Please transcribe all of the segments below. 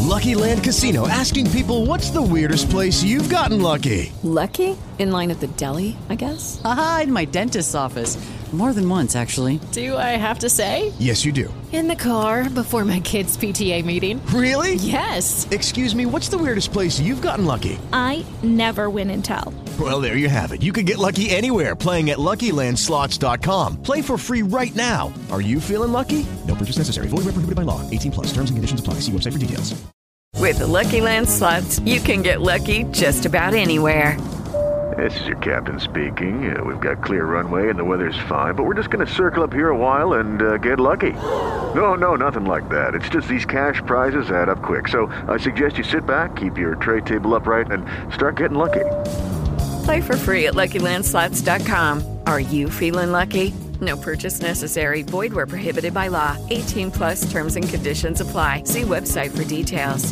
Lucky Land Casino, asking people, what's the weirdest place you've gotten lucky? Lucky? In line at the deli, I guess? Aha, in my dentist's office. More than once, actually. Do I have to say? Yes, you do. In the car before my kids' PTA meeting. Really? Yes. Excuse me, what's the weirdest place you've gotten lucky? I never win and tell. Well, there you have it. You can get lucky anywhere, playing at LuckyLandSlots.com. Play for free right now. Are you feeling lucky? No purchase necessary. Void where prohibited by law. 18 plus. Terms and conditions apply. See website for details. With the Lucky Land Slots, you can get lucky just about anywhere. This is your captain speaking. We've got clear runway and the weather's fine, but we're just going to circle up here a while and get lucky. No, nothing like that. It's just these cash prizes add up quick. So I suggest you sit back, keep your tray table upright, and start getting lucky. Play for free at LuckyLandSlots.com. Are you feeling lucky? No purchase necessary. Void where prohibited by law. 18 plus terms and conditions apply. See website for details.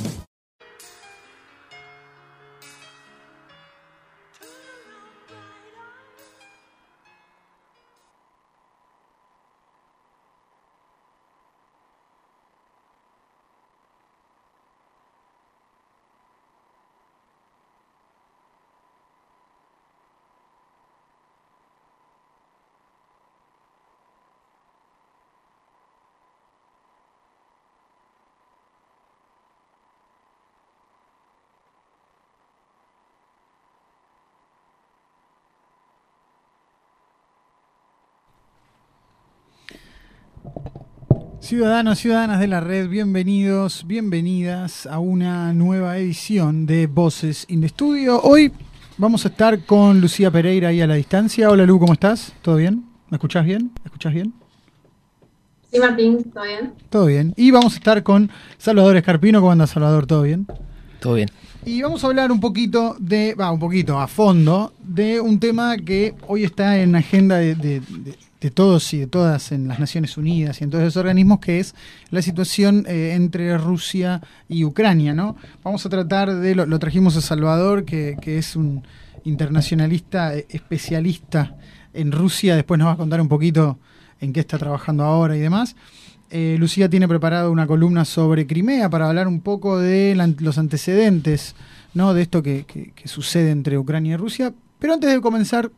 Ciudadanos, ciudadanas de la red, bienvenidos, bienvenidas a una nueva edición de Voces in the Studio. Hoy vamos a estar con Lucía Pereira ahí a la distancia. Hola Lu, ¿cómo estás? ¿Todo bien? ¿Me escuchás bien? ¿Me escuchás bien? Sí, Martín, ¿todo bien? Todo bien. Y vamos a estar con Salvador Escarpino. ¿Cómo anda, Salvador? ¿Todo bien? Todo bien. Y vamos a hablar un poquito a fondo, de un tema que hoy está en agenda de todos y de todas en las Naciones Unidas y en todos esos organismos, que es la situación entre Rusia y Ucrania, ¿no? Vamos a tratar lo trajimos a Salvador, que es un internacionalista especialista en Rusia. Después nos va a contar un poquito en qué está trabajando ahora y demás. Lucía tiene preparado una columna sobre Crimea para hablar un poco de los antecedentes, ¿no? De esto que sucede entre Ucrania y Rusia. Pero antes de comenzar,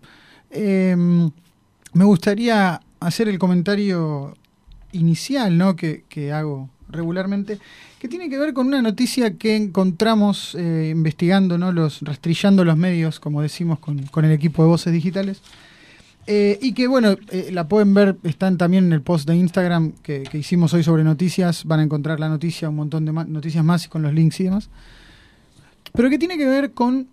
me gustaría hacer el comentario inicial, ¿no? que hago regularmente, que tiene que ver con una noticia que encontramos investigando, ¿no? Rastrillando los medios, como decimos, con el equipo de Voces Digitales. Y que, bueno, la pueden ver, están también en el post de Instagram que hicimos hoy sobre noticias. Van a encontrar la noticia, un montón de noticias más y con los links y demás. Pero que tiene que ver con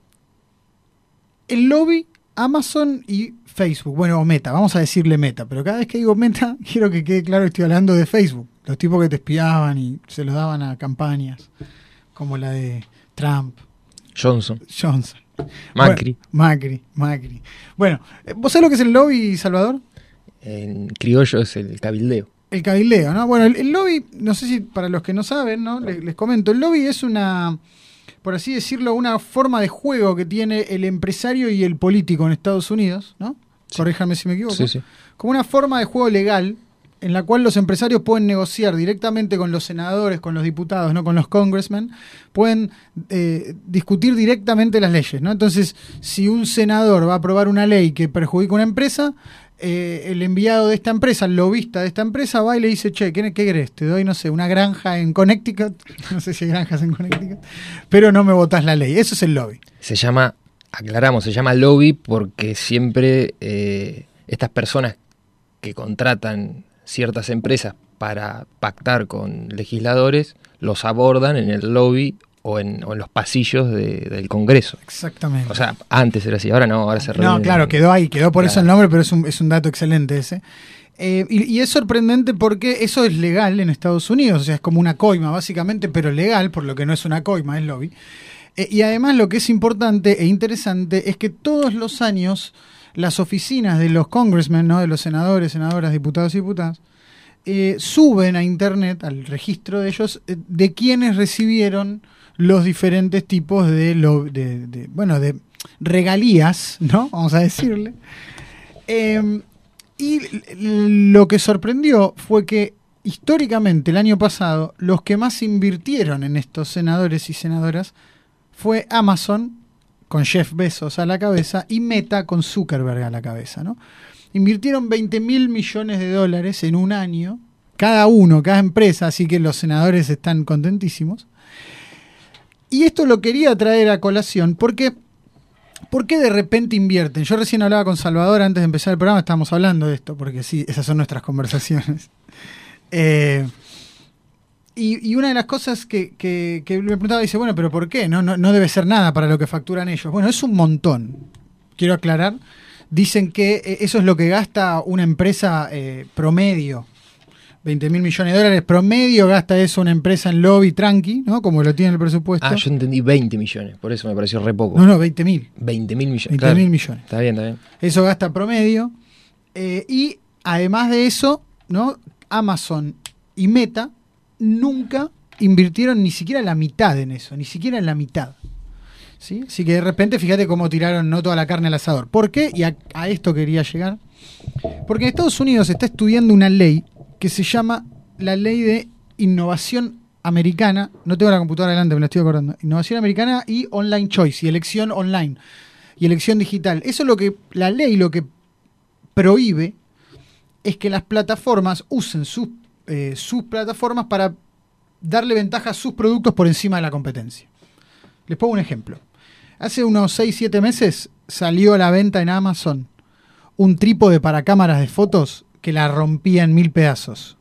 el lobby Amazon y Facebook. Bueno, o Meta, vamos a decirle Meta. Pero cada vez que digo Meta, quiero que quede claro que estoy hablando de Facebook. Los tipos que te espiaban y se los daban a campañas, como la de Trump. Johnson. Macri. Macri. Bueno, ¿vos sabés lo que es el lobby, Salvador? En criollo es el cabildeo. El cabildeo, ¿no? Bueno, el lobby, no sé si para los que no saben, ¿no? Les comento, el lobby es una, por así decirlo, una forma de juego que tiene el empresario y el político en Estados Unidos, ¿no? Sí. Corríjanme si me equivoco. Sí. Como una forma de juego legal en la cual los empresarios pueden negociar directamente con los senadores, con los diputados, ¿no? Con los congressmen, pueden discutir directamente las leyes, ¿no? Entonces, si un senador va a aprobar una ley que perjudica a una empresa, el enviado de esta empresa, el lobista de esta empresa, va y le dice, che, ¿qué querés? Te doy, no sé, una granja en Connecticut, no sé si hay granjas en Connecticut, pero no me votás la ley. Eso es el lobby. Se llama lobby porque siempre estas personas que contratan ciertas empresas para pactar con legisladores los abordan en el lobby o en los pasillos del Congreso. Exactamente. O sea, antes era así, ahora no, ahora se reúne. No, claro, quedó ahí, quedó por eso el nombre, pero es un dato excelente ese. Y es sorprendente porque eso es legal en Estados Unidos, o sea, es como una coima básicamente, pero legal, por lo que no es una coima, es lobby. Y además lo que es importante e interesante es que todos los años las oficinas de los congressmen, ¿no? De los senadores, senadoras, diputados y diputadas, suben a internet, al registro de ellos, de quienes recibieron los diferentes tipos de regalías, ¿no? Vamos a decirle. Y lo que sorprendió fue que históricamente el año pasado los que más invirtieron en estos senadores y senadoras fue Amazon, con Jeff Bezos a la cabeza, y Meta con Zuckerberg a la cabeza, ¿no? Invirtieron $20.000 millones en un año, cada empresa, así que los senadores están contentísimos. Y esto lo quería traer a colación porque ¿por qué de repente invierten? Yo recién hablaba con Salvador antes de empezar el programa, estábamos hablando de esto, porque sí, esas son nuestras conversaciones. Y una de las cosas que me preguntaba, dice, bueno, pero ¿por qué? No debe ser nada para lo que facturan ellos. Bueno, es un montón, quiero aclarar. Dicen que eso es lo que gasta una empresa promedio. $20.000 millones promedio gasta eso una empresa en lobby tranqui, ¿no? Como lo tiene el presupuesto. Ah, yo entendí 20 millones, por eso me pareció re poco. No, 20.000. 20.000 millones. 20.000 claro. millones. Está bien. Eso gasta promedio. Y además de eso, ¿no? Amazon y Meta nunca invirtieron ni siquiera la mitad en eso, ni siquiera en la mitad. ¿Sí? Así que de repente fíjate cómo tiraron no toda la carne al asador. ¿Por qué? Y a esto quería llegar. Porque en Estados Unidos se está estudiando una ley que se llama la Ley de Innovación Americana. No tengo la computadora delante, me la estoy acordando. Innovación Americana y Online Choice, y elección online, y elección digital. Eso es lo que la ley lo que prohíbe, es que las plataformas usen sus plataformas para darle ventaja a sus productos por encima de la competencia. Les pongo un ejemplo. Hace unos 6-7 meses salió a la venta en Amazon un trípode para cámaras de fotos que la rompía en 1000 pedazos.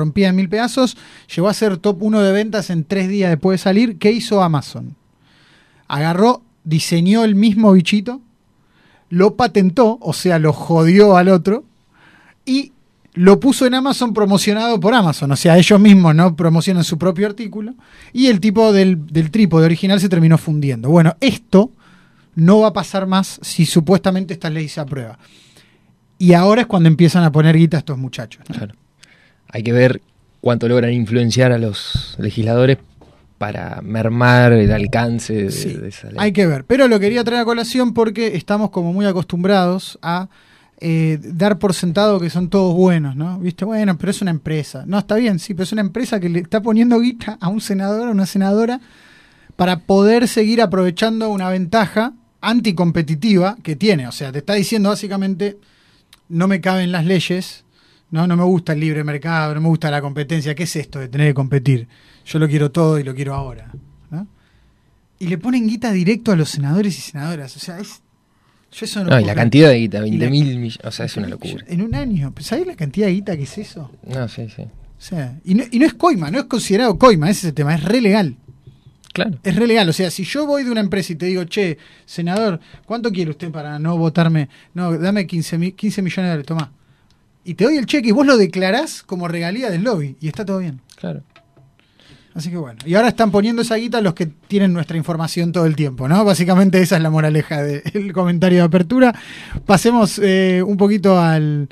Llegó a ser top 1 de ventas en 3 días después de salir. ¿Qué hizo Amazon? Agarró, diseñó el mismo bichito, lo patentó, o sea, lo jodió al otro, y lo puso en Amazon promocionado por Amazon. O sea, ellos mismos no promocionan su propio artículo, y el tipo del trípode original se terminó fundiendo. Bueno, esto no va a pasar más si supuestamente esta ley se aprueba. Y ahora es cuando empiezan a poner guita a estos muchachos, ¿no? Claro. Hay que ver cuánto logran influenciar a los legisladores para mermar el alcance de esa ley. Hay que ver. Pero lo quería traer a colación porque estamos como muy acostumbrados a dar por sentado que son todos buenos, ¿no? ¿Viste? Bueno, pero es una empresa. No, está bien, sí, pero es una empresa que le está poniendo guita a un senador, a una senadora, para poder seguir aprovechando una ventaja anticompetitiva que tiene. O sea, te está diciendo básicamente, no me caben las leyes, no me gusta el libre mercado, no me gusta la competencia. ¿Qué es esto de tener que competir? Yo lo quiero todo y lo quiero ahora, ¿no? Y le ponen guita directo a los senadores y senadoras. O sea, yo eso no, y la cantidad de guita, 20.000 millones, o sea, es una locura. En un año, ¿sabés la cantidad de guita que es eso? No, sí. O sea, y no es coima, no es considerado coima, ese es el tema, es re legal. Claro. Es re legal, o sea, si yo voy de una empresa y te digo, che, senador, ¿cuánto quiere usted para no votarme? No, dame 15 millones de dólares, tomá. Y te doy el cheque y vos lo declarás como regalía del lobby y está todo bien. Claro. Así que bueno, y ahora están poniendo esa guita los que tienen nuestra información todo el tiempo, ¿no? Básicamente esa es la moraleja del comentario de apertura. Pasemos un poquito al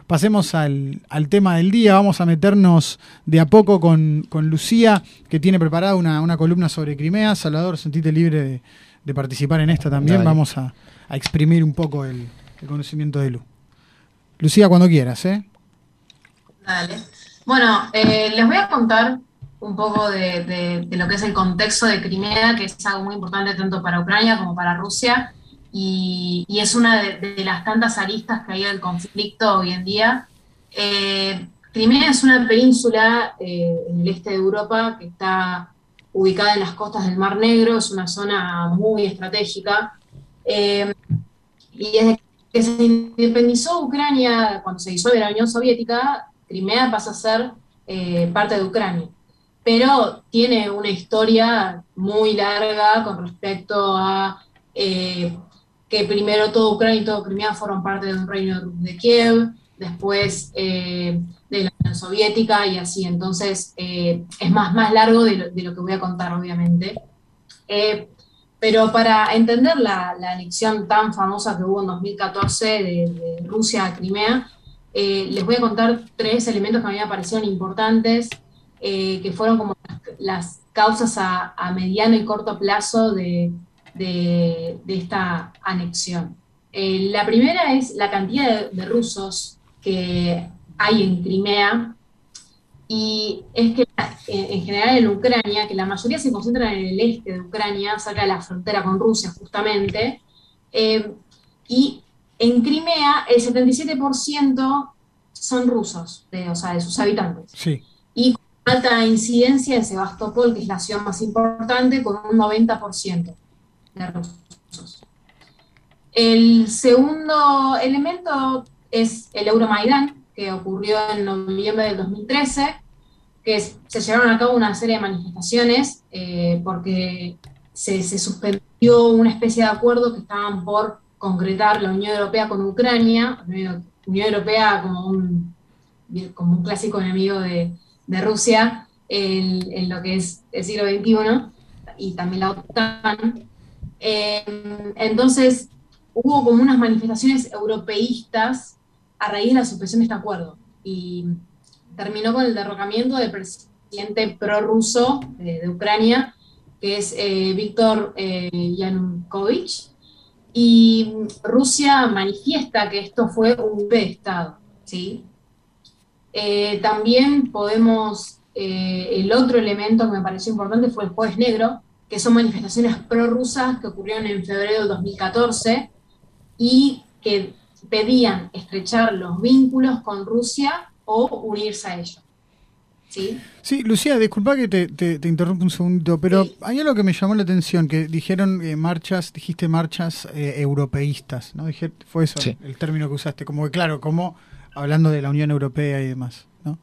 tema del día. Vamos a meternos de a poco con Lucía, que tiene preparada una columna sobre Crimea. Salvador, sentite libre de participar en esta también. Dale. Vamos a exprimir un poco el conocimiento de Lu. Lucía, cuando quieras, ¿eh? Dale. Bueno, les voy a contar un poco de lo que es el contexto de Crimea, que es algo muy importante tanto para Ucrania como para Rusia, y es una de las tantas aristas que hay del conflicto hoy en día. Crimea es una península en el este de Europa que está ubicada en las costas del Mar Negro, es una zona muy estratégica, y desde que se independizó Ucrania, cuando se disuelve la Unión Soviética, Crimea pasa a ser parte de Ucrania. Pero tiene una historia muy larga con respecto a que primero todo Ucrania y todo Crimea fueron parte de un reino de Kiev, después de la Unión Soviética y así. Entonces es más largo de lo que voy a contar, obviamente. Pero para entender la anexión tan famosa que hubo en 2014 de Rusia a Crimea, les voy a contar 3 elementos que a mí me parecieron importantes, que fueron como las causas a mediano y corto plazo de esta anexión. La primera es la cantidad de rusos que hay en Crimea, y es que en general en Ucrania, que la mayoría se concentran en el este de Ucrania, cerca de la frontera con Rusia justamente, eh, y en Crimea el 77% son rusos, o sea, de sus habitantes. Sí. Y con alta incidencia en Sebastopol, que es la ciudad más importante, con un 90% de rusos. El segundo elemento es el Euromaidán, que ocurrió en noviembre del 2013, que se llevaron a cabo una serie de manifestaciones porque se suspendió una especie de acuerdo que estaban por concretar la Unión Europea con Ucrania, Unión Europea como un clásico enemigo de Rusia en lo que es el siglo XXI, y también la OTAN. Entonces, hubo como unas manifestaciones europeístas a raíz de la suspensión de este acuerdo, y terminó con el derrocamiento del presidente prorruso de Ucrania, que es Víctor Yanukovych, y Rusia manifiesta que esto fue un golpe de Estado, ¿sí? También podemos, el otro elemento que me pareció importante fue el Jueves Negro, que son manifestaciones prorrusas que ocurrieron en febrero del 2014 y que pedían estrechar los vínculos con Rusia o unirse a ello. ¿Sí? Sí, Lucía, disculpa que te interrumpo un segundito, pero sí, hay algo que me llamó la atención, que dijeron dijiste marchas europeístas, ¿no? Fue eso, sí, el término que usaste, como que claro, como hablando de la Unión Europea y demás, ¿no?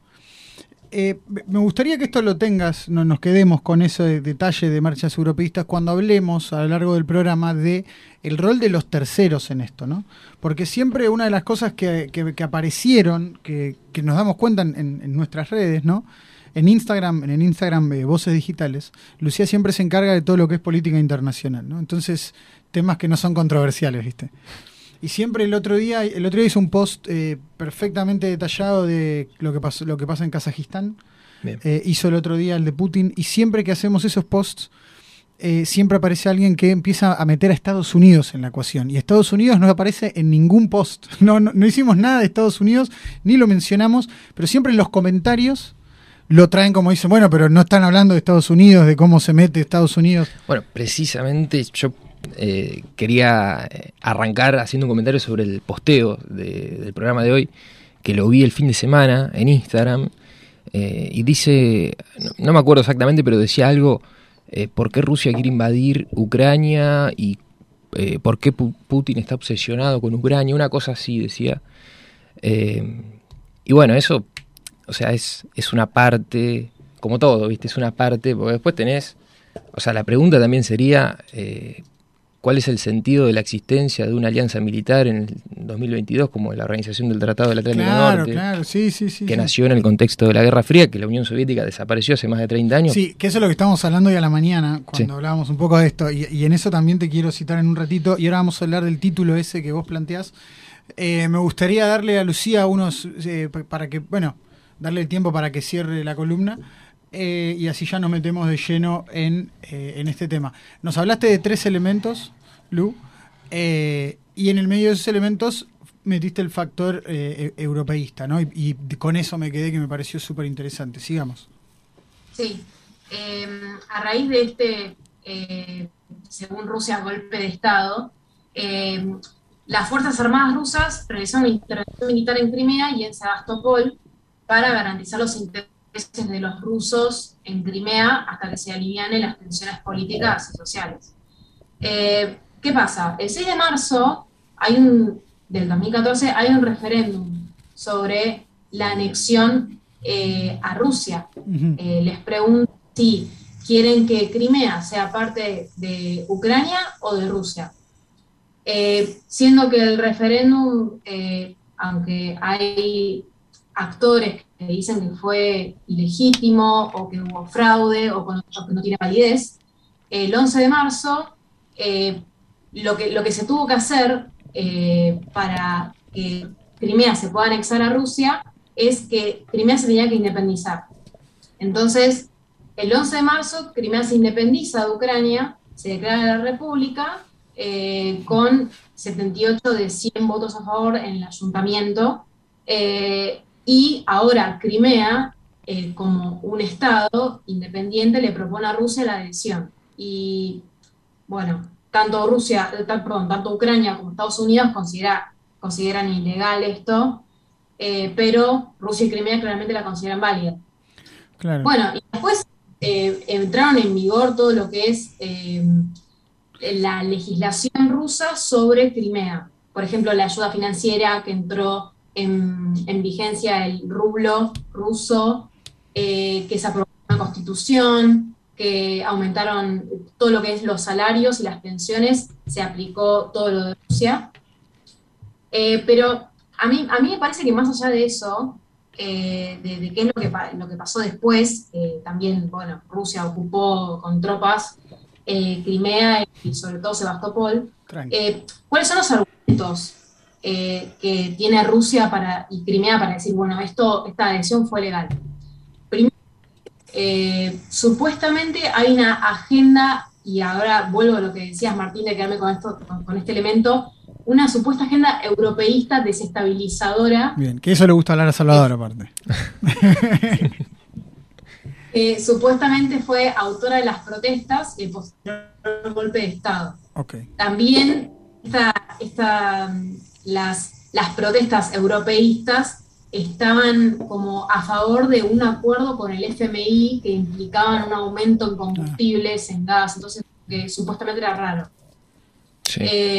Me gustaría que esto lo tengas, nos quedemos con ese detalle de marchas europeístas cuando hablemos a lo largo del programa de el rol de los terceros en esto, ¿no? Porque siempre una de las cosas que aparecieron, que nos damos cuenta en nuestras redes, ¿no? En el Instagram Voces Digitales, Lucía siempre se encarga de todo lo que es política internacional, ¿no? Entonces, temas que no son controversiales, ¿viste? Y siempre el otro día hizo un post perfectamente detallado de lo que pasa en Kazajistán. Hizo el otro día el de Putin, y siempre que hacemos esos posts, siempre aparece alguien que empieza a meter a Estados Unidos en la ecuación. Y Estados Unidos no aparece en ningún post. No hicimos nada de Estados Unidos, ni lo mencionamos, pero siempre en los comentarios lo traen como dicen, bueno, pero no están hablando de Estados Unidos, de cómo se mete Estados Unidos. Bueno, precisamente yo quería arrancar haciendo un comentario sobre el posteo del programa de hoy, que lo vi el fin de semana en Instagram, y dice, no me acuerdo exactamente, pero decía algo, ¿por qué Rusia quiere invadir Ucrania? Y ¿por qué Putin está obsesionado con Ucrania? Una cosa así decía. Y bueno, eso, o sea, es una parte, como todo, ¿viste? Es una parte, porque después tenés, o sea, la pregunta también sería, ¿cuál es el sentido de la existencia de una alianza militar en el 2022 como la Organización del Tratado del Atlántico Norte? Claro, sí. Que nació en el contexto de la Guerra Fría, que la Unión Soviética desapareció hace más de 30 años. Sí, que eso es lo que estábamos hablando hoy a la mañana, cuando hablábamos un poco de esto, y en eso también te quiero citar en un ratito, y ahora vamos a hablar del título ese que vos planteás. Me gustaría darle a Lucía unos, para que, bueno, darle el tiempo para que cierre la columna, y así ya nos metemos de lleno en este tema. Nos hablaste de 3 elementos, Lu, y en el medio de esos elementos metiste el factor europeísta, ¿no? Y con eso me quedé, que me pareció súper interesante. Sigamos. Sí. A raíz de este, según Rusia, golpe de Estado, las Fuerzas Armadas rusas realizaron una intervención militar en Crimea y en Sebastopol para garantizar los intereses de los rusos en Crimea hasta que se alivianen las tensiones políticas y sociales. ¿Qué pasa? El 6 de marzo del 2014 hay un referéndum sobre la anexión a Rusia. Les pregunto si quieren que Crimea sea parte de Ucrania o de Rusia. Siendo que el referéndum, aunque hay actores que dicen que fue ilegítimo o que hubo fraude o que no tiene validez, el 11 de marzo lo que se tuvo que hacer para que Crimea se pueda anexar a Rusia es que Crimea se tenía que independizar. Entonces, el 11 de marzo Crimea se independiza de Ucrania, se declara la república, con 78 de 100 votos a favor en el ayuntamiento, y ahora Crimea como un Estado independiente, le propone a Rusia la adhesión. Y bueno, tanto Ucrania como Estados Unidos consideran ilegal esto, pero Rusia y Crimea claramente la consideran válida. Claro. Bueno, y después entraron en vigor todo lo que es la legislación rusa sobre Crimea. Por ejemplo, la ayuda financiera que entró en vigencia, el rublo ruso, que se aprobó una constitución, que aumentaron todo lo que es los salarios y las pensiones, se aplicó todo lo de Rusia. Pero a mí me parece que más allá de eso, de qué es lo que pasó después, también, bueno, Rusia ocupó con tropas Crimea y sobre todo Sebastopol. ¿Cuáles son los argumentos que tiene Rusia y Crimea para decir, bueno, esta adhesión fue legal? Primero, supuestamente hay una agenda, y ahora vuelvo a lo que decías, Martín, de quedarme con este elemento, una supuesta agenda europeísta desestabilizadora. Bien, que eso le gusta hablar a Salvador, aparte. Supuestamente fue autora de las protestas y el posterior golpe de Estado. Okay. También las protestas europeístas estaban como a favor de un acuerdo con el FMI que implicaban un aumento en combustibles, en gas, entonces que supuestamente era raro. Sí.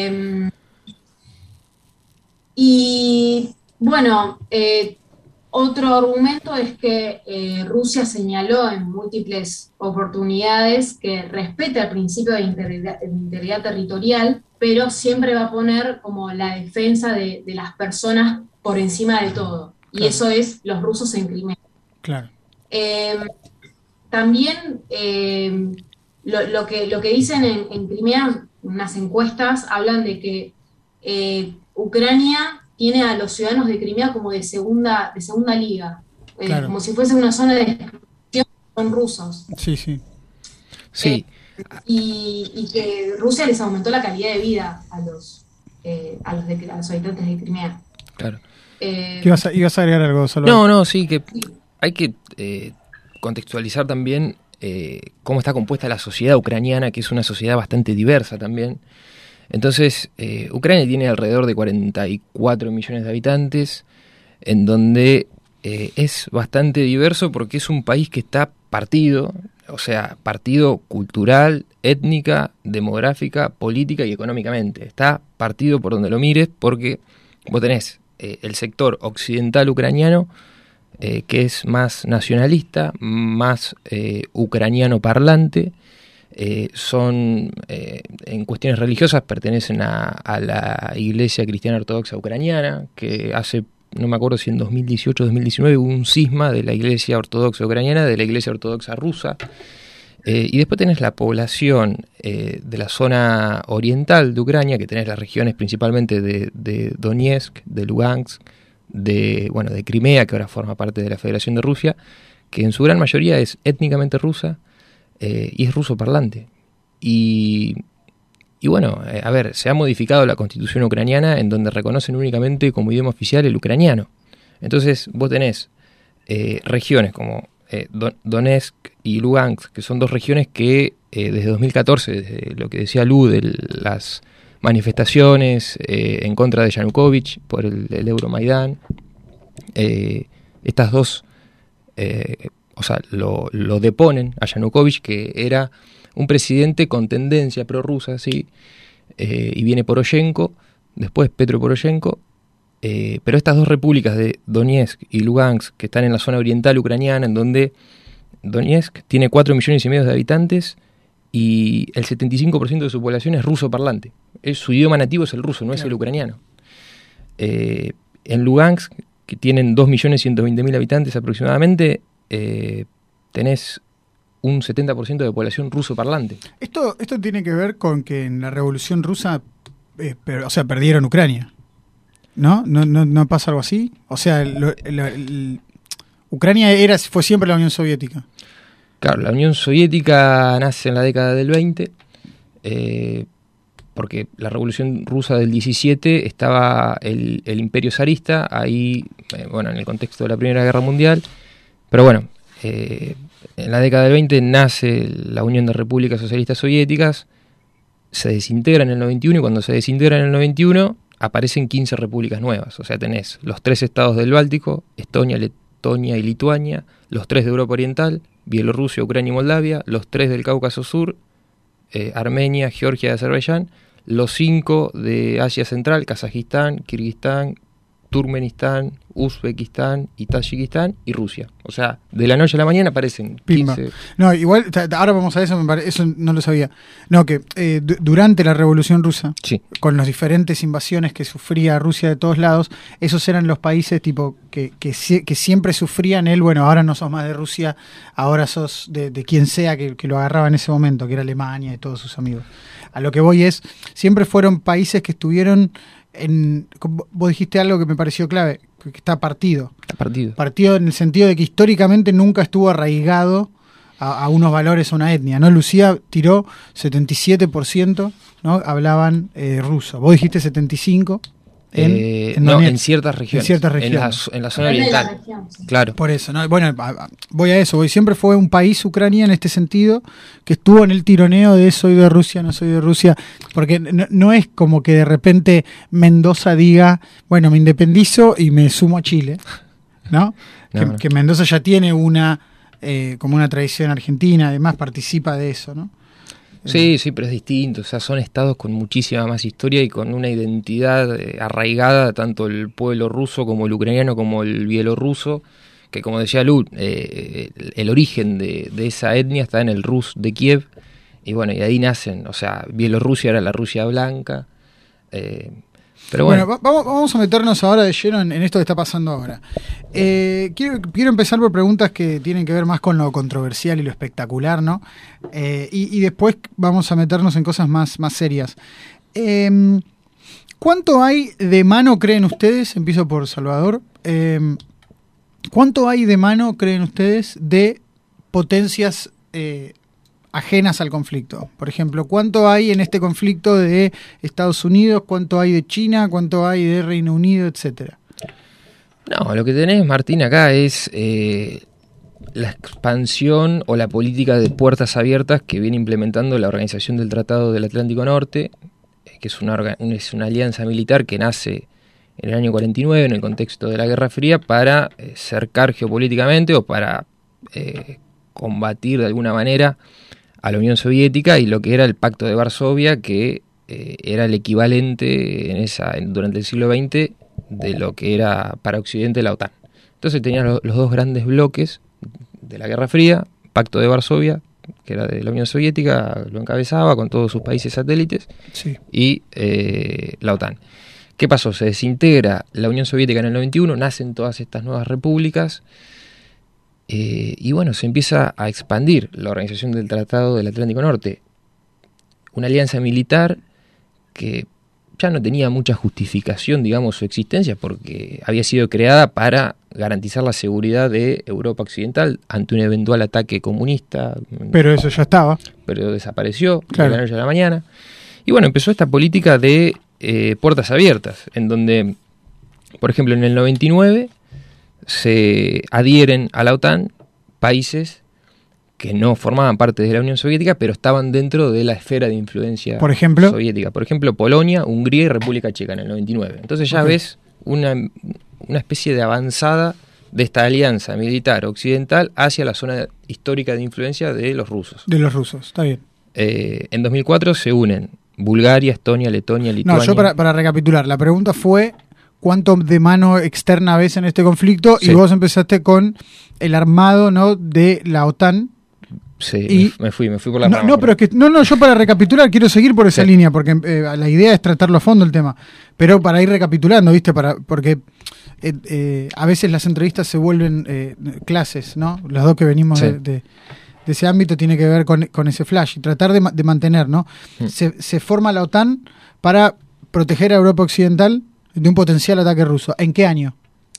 Y bueno, otro argumento es que Rusia señaló en múltiples oportunidades que respeta el principio de integridad territorial, pero siempre va a poner como la defensa de las personas por encima de todo. Claro. Y eso es los rusos en Crimea. Claro. También lo que dicen en Crimea, unas encuestas, hablan de que Ucrania tiene a los ciudadanos de Crimea como de segunda liga, claro, como si fuese una zona de exclusión con rusos. Sí, sí. Sí. Y que Rusia les aumentó la calidad de vida a los habitantes de Crimea. Claro. ¿Ibas a agregar algo, Salvador? No, sí, que hay que contextualizar también cómo está compuesta la sociedad ucraniana, que es una sociedad bastante diversa también. Entonces, Ucrania tiene alrededor de 44 millones de habitantes, en donde es bastante diverso porque es un país que está partido, o sea, partido cultural, étnica, demográfica, política y económicamente. Está partido por donde lo mires porque vos tenés el sector occidental ucraniano, que es más nacionalista, más ucraniano parlante. En cuestiones religiosas pertenecen a la Iglesia Cristiana Ortodoxa Ucraniana, que hace, no me acuerdo si en 2018 o 2019 hubo un cisma de la Iglesia Ortodoxa Ucraniana, de la Iglesia Ortodoxa Rusa. Y después tenés la población de la zona oriental de Ucrania, que tenés las regiones principalmente de Donetsk, de Lugansk, de Crimea, que ahora forma parte de la Federación de Rusia, que en su gran mayoría es étnicamente rusa y es ruso parlante. Y bueno, a ver, se ha modificado la constitución ucraniana en donde reconocen únicamente como idioma oficial el ucraniano. Entonces vos tenés regiones como Donetsk y Lugansk, que son dos regiones que desde 2014, desde lo que decía Lu, de las manifestaciones en contra de Yanukovych por el Euromaidán, estas dos, lo deponen a Yanukovych, que era un presidente con tendencia prorrusa, ¿sí? Y viene Poroshenko, después Petro Poroshenko, pero estas dos repúblicas de Donetsk y Lugansk, que están en la zona oriental ucraniana, en donde Donetsk tiene 4,5 millones de habitantes y el 75% de su población es ruso parlante. Su idioma nativo es el ruso, no es el ucraniano. En Lugansk, que tienen 2.120.000 habitantes aproximadamente, tenés un 70% de población ruso parlante. Esto tiene que ver con que en la Revolución Rusa perdieron Ucrania. ¿No pasa algo así? O sea, Ucrania fue siempre la Unión Soviética. Claro, la Unión Soviética nace en la década del 20, porque la Revolución Rusa del 17 estaba el Imperio zarista, ahí, en el contexto de la Primera Guerra Mundial. Pero bueno, en la década del 20 nace la Unión de Repúblicas Socialistas Soviéticas, se desintegra en el 91 y cuando se desintegra en el 91 aparecen 15 repúblicas nuevas. O sea, tenés los 3 estados del Báltico, Estonia, Letonia y Lituania, los 3 de Europa Oriental, Bielorrusia, Ucrania y Moldavia, los 3 del Cáucaso Sur, Armenia, Georgia y Azerbaiyán, los 5 de Asia Central, Kazajistán, Kirguistán, Turkmenistán, Uzbekistán y Tayikistán y Rusia. O sea, de la noche a la mañana aparecen 15. Pimba. No, igual, ahora vamos a eso, eso no lo sabía. No, que durante la Revolución Rusa, sí, con las diferentes invasiones que sufría Rusia de todos lados, esos eran los países tipo que siempre sufrían bueno, ahora no sos más de Rusia, ahora sos de quien sea que lo agarraba en ese momento, que era Alemania y todos sus amigos. A lo que voy es, siempre fueron países que estuvieron vos dijiste algo que me pareció clave, que está partido. Está partido. Partido en el sentido de que históricamente nunca estuvo arraigado a unos valores, a una etnia, ¿no? Lucía tiró 77%, ¿no? Hablaban ruso. Vos dijiste 75%. En ciertas regiones. En ciertas regiones. En la zona oriental. Sí. Claro. Por eso, ¿no? Bueno, voy a eso. Siempre fue un país, Ucrania, en este sentido, que estuvo en el tironeo de soy de Rusia, no soy de Rusia. Porque no es como que de repente Mendoza diga, bueno, me independizo y me sumo a Chile, ¿no? No. Que Mendoza ya tiene como una tradición argentina, además participa de eso, ¿no? Sí, pero es distinto, o sea, son estados con muchísima más historia y con una identidad arraigada, tanto el pueblo ruso como el ucraniano como el bielorruso, que como decía Lu, el origen de esa etnia está en el Rus de Kiev, y bueno, y ahí nacen, o sea, Bielorrusia era la Rusia blanca, pero bueno. Vamos a meternos ahora de lleno en esto que está pasando ahora. Quiero empezar por preguntas que tienen que ver más con lo controversial y lo espectacular, ¿no? Y después vamos a meternos en cosas más serias. ¿Cuánto hay de mano, creen ustedes? Empiezo por Salvador. ¿Cuánto hay de mano, creen ustedes, de potencias ajenas al conflicto? Por ejemplo, ¿cuánto hay en este conflicto de Estados Unidos? ¿Cuánto hay de China? ¿Cuánto hay de Reino Unido? Etcétera. No, lo que tenés, Martín, acá es la expansión o la política de puertas abiertas que viene implementando la Organización del Tratado del Atlántico Norte, que es una alianza militar que nace en el año 49 en el contexto de la Guerra Fría para cercar geopolíticamente o para combatir de alguna manera a la Unión Soviética y lo que era el Pacto de Varsovia, que era el equivalente durante el siglo XX de lo que era para Occidente la OTAN. Entonces tenían los dos grandes bloques de la Guerra Fría, Pacto de Varsovia, que era de la Unión Soviética, lo encabezaba con todos sus países satélites, sí, y la OTAN. ¿Qué pasó? Se desintegra la Unión Soviética en el 91, nacen todas estas nuevas repúblicas, y bueno, se empieza a expandir la Organización del Tratado del Atlántico Norte, una alianza militar que ya no tenía mucha justificación, digamos, su existencia, porque había sido creada para garantizar la seguridad de Europa Occidental ante un eventual ataque comunista. Pero eso ya estaba. Pero desapareció, claro, de la noche a la mañana. Y bueno, empezó esta política de puertas abiertas, en donde, por ejemplo, en el 99 se adhieren a la OTAN países que no formaban parte de la Unión Soviética, pero estaban dentro de la esfera de influencia soviética. Por ejemplo, Polonia, Hungría y República Checa en el 99. Entonces ya ves una especie de avanzada de esta alianza militar occidental hacia la zona histórica de influencia de los rusos. De los rusos, está bien. En 2004 se unen Bulgaria, Estonia, Letonia, Lituania. No, yo para recapitular, la pregunta fue cuánto de mano externa ves en este conflicto, sí, y vos empezaste con el armado, ¿no?, de la OTAN. Sí, y me fui por la rama. No, pero es que yo para recapitular quiero seguir por esa línea, porque la idea es tratarlo a fondo el tema. Pero para ir recapitulando, ¿viste? Porque a veces las entrevistas se vuelven clases, ¿no? Los dos que venimos de ese ámbito tiene que ver con ese flash y tratar de mantener, ¿no? Se forma la OTAN para proteger a Europa Occidental de un potencial ataque ruso. ¿En qué año?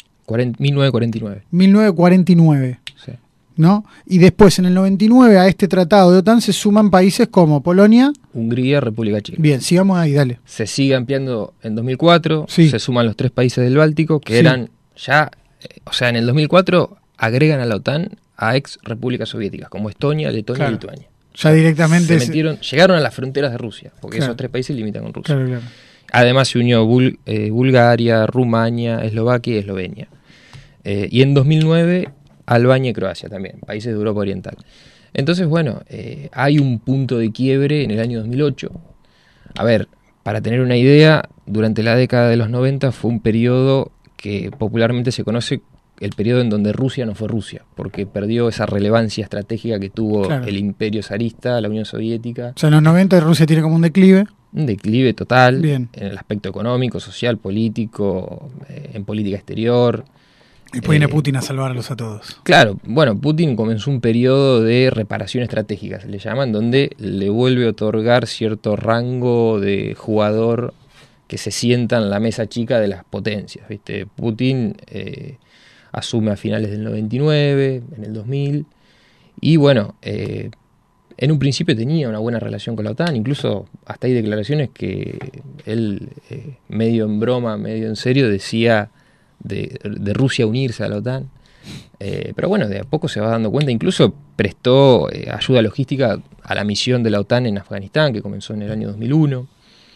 1949. 1949. Sí. ¿No? Y después, en el 99, a este tratado de OTAN se suman países como Polonia, Hungría, República Checa. Bien, sigamos ahí, dale. Se sigue ampliando en 2004, sí, se suman los 3 países del Báltico, que eran ya, o sea, en el 2004 agregan a la OTAN a ex repúblicas soviéticas, como Estonia, Letonia y Lituania. Ya directamente llegaron a las fronteras de Rusia, porque esos 3 países limitan con Rusia. Claro. Además se unió Bulgaria, Rumania, Eslovaquia y Eslovenia. Y en 2009 Albania y Croacia también, países de Europa Oriental. Entonces, bueno, hay un punto de quiebre en el año 2008. A ver, para tener una idea, durante la década de los 90 fue un periodo que popularmente se conoce el periodo en donde Rusia no fue Rusia, porque perdió esa relevancia estratégica que tuvo el imperio zarista, la Unión Soviética. O sea, en los 90 Rusia tiene como un declive. Un declive total. Bien. En el aspecto económico, social, político, en política exterior. Y después viene Putin a salvarlos a todos. Claro, bueno, Putin comenzó un periodo de reparación estratégica, se le llaman, donde le vuelve a otorgar cierto rango de jugador que se sienta en la mesa chica de las potencias, ¿viste? Putin asume a finales del 99, en el 2000, y bueno, en un principio tenía una buena relación con la OTAN, incluso hasta hay declaraciones que él, medio en broma, medio en serio, decía de Rusia unirse a la OTAN, pero bueno, de a poco se va dando cuenta, incluso prestó ayuda logística a la misión de la OTAN en Afganistán, que comenzó en el año 2001,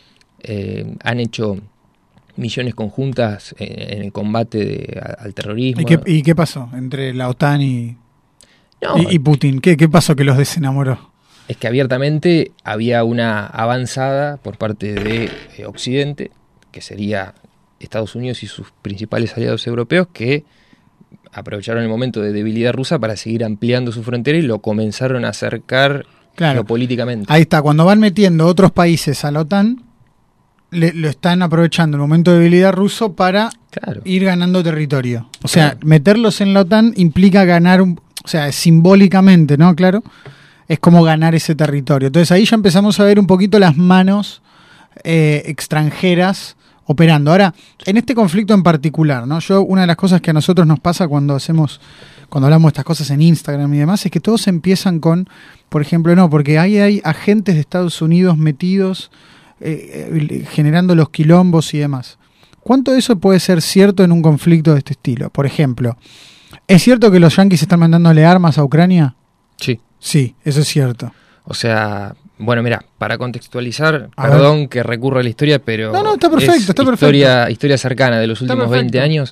han hecho misiones conjuntas en el combate al terrorismo. ¿Y qué pasó entre la OTAN y Putin? ¿Qué pasó que los desenamoró? Es que abiertamente había una avanzada por parte de Occidente, que sería Estados Unidos y sus principales aliados europeos, que aprovecharon el momento de debilidad rusa para seguir ampliando su frontera y lo comenzaron a acercar geopolíticamente. Ahí está, cuando van metiendo otros países a la OTAN, lo están aprovechando el momento de debilidad ruso para ir ganando territorio. O sea, meterlos en la OTAN implica ganar, o sea, simbólicamente, ¿no? Claro, es como ganar ese territorio. Entonces ahí ya empezamos a ver un poquito las manos extranjeras operando. Ahora, en este conflicto en particular, ¿no? Una de las cosas que a nosotros nos pasa cuando hablamos de estas cosas en Instagram y demás, es que todos empiezan con, por ejemplo, porque ahí hay agentes de Estados Unidos metidos generando los quilombos y demás. ¿Cuánto de eso puede ser cierto en un conflicto de este estilo? Por ejemplo, ¿es cierto que los yanquis están mandándole armas a Ucrania? Sí. Sí, eso es cierto. O sea, bueno, mira, para contextualizar, perdón que recurra a la historia, pero no, está perfecto, historia cercana de los últimos 20 años.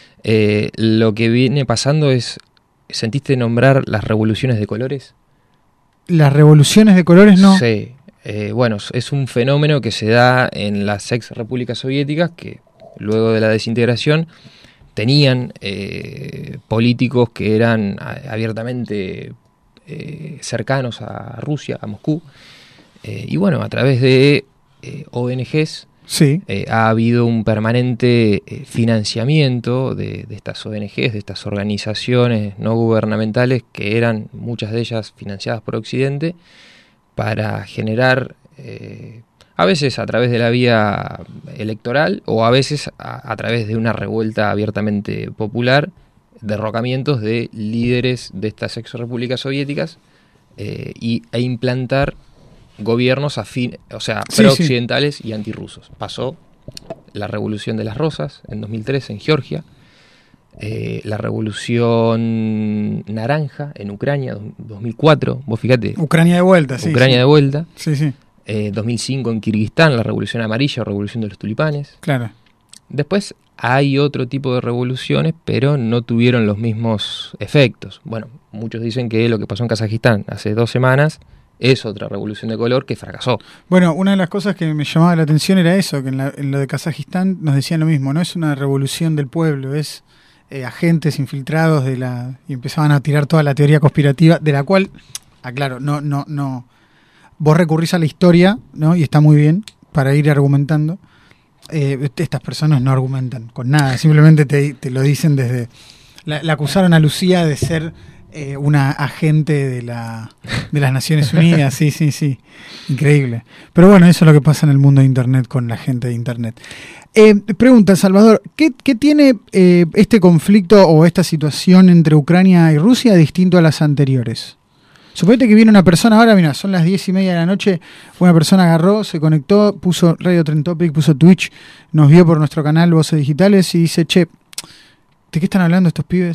Lo que viene pasando es, ¿sentiste nombrar las revoluciones de colores? ¿Las revoluciones de colores no? Sí. Bueno, es un fenómeno que se da en las ex repúblicas soviéticas que luego de la desintegración tenían políticos que eran abiertamente cercanos a Rusia, a Moscú, y bueno, a través de ONGs ha habido un permanente financiamiento de estas ONGs, de estas organizaciones no gubernamentales que eran muchas de ellas financiadas por Occidente, para generar, a veces a través de la vía electoral o a veces a través de una revuelta abiertamente popular, derrocamientos de líderes de estas ex repúblicas soviéticas e implantar gobiernos pro-occidentales y antirrusos. Pasó la Revolución de las Rosas en 2003 en Georgia, la Revolución Naranja en Ucrania, 2004, vos fíjate. Ucrania de vuelta, sí. Ucrania de vuelta. Sí, sí. 2005 en Kirguistán, la Revolución Amarilla o Revolución de los Tulipanes. Claro. Después hay otro tipo de revoluciones, pero no tuvieron los mismos efectos. Bueno, muchos dicen que lo que pasó en Kazajistán hace 2 semanas es otra revolución de color que fracasó. Bueno, una de las cosas que me llamaba la atención era eso, que en lo de Kazajistán nos decían lo mismo, no es una revolución del pueblo, es agentes infiltrados y empezaban a tirar toda la teoría conspirativa, de la cual, aclaro, no, vos recurrís a la historia, ¿no? Y está muy bien para ir argumentando. Estas personas no argumentan con nada, simplemente te lo dicen desde... La acusaron a Lucía de ser una agente de las Naciones Unidas, sí, increíble. Pero bueno, eso es lo que pasa en el mundo de Internet con la gente de Internet. Pregunta, Salvador, ¿qué tiene este conflicto o esta situación entre Ucrania y Rusia distinto a las anteriores? Suponete que viene una persona, ahora mira, son las 10:30 de la noche, una persona agarró, se conectó, puso Radio Trend Topic, puso Twitch, nos vio por nuestro canal Voces Digitales y dice, che, ¿de qué están hablando estos pibes?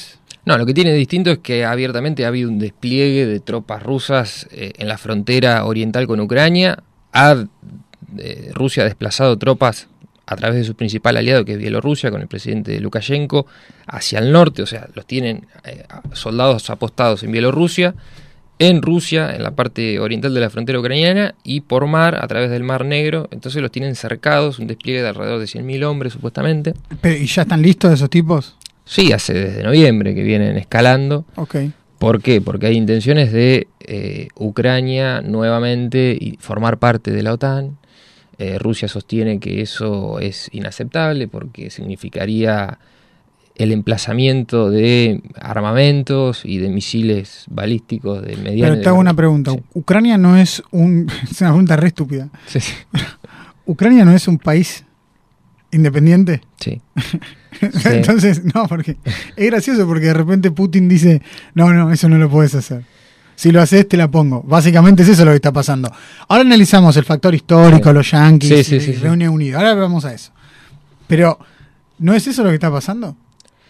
No, lo que tiene de distinto es que abiertamente ha habido un despliegue de tropas rusas en la frontera oriental con Ucrania. Rusia ha desplazado tropas a través de su principal aliado, que es Bielorrusia, con el presidente Lukashenko, hacia el norte. O sea, los tienen soldados apostados en Bielorrusia, en Rusia, en la parte oriental de la frontera ucraniana, y por mar, a través del Mar Negro. Entonces los tienen cercados, un despliegue de alrededor de 100.000 hombres, supuestamente. ¿Y ya están listos esos tipos? Sí, hace desde noviembre que vienen escalando. Okay. ¿Por qué? Porque hay intenciones de Ucrania nuevamente y formar parte de la OTAN. Rusia sostiene que eso es inaceptable porque significaría el emplazamiento de armamentos y de misiles balísticos de mediana. Pero te hago una pregunta. Sí. Ucrania no es un... Es una pregunta re estúpida. Sí, sí. ¿Ucrania no es un país independiente? Sí. Entonces, no, porque es gracioso porque de repente Putin dice, no, eso no lo puedes hacer. Si lo haces, te la pongo. Básicamente es eso lo que está pasando. Ahora analizamos el factor histórico, los yanquis, Reino Unido. Ahora vamos a eso. Pero, ¿no es eso lo que está pasando?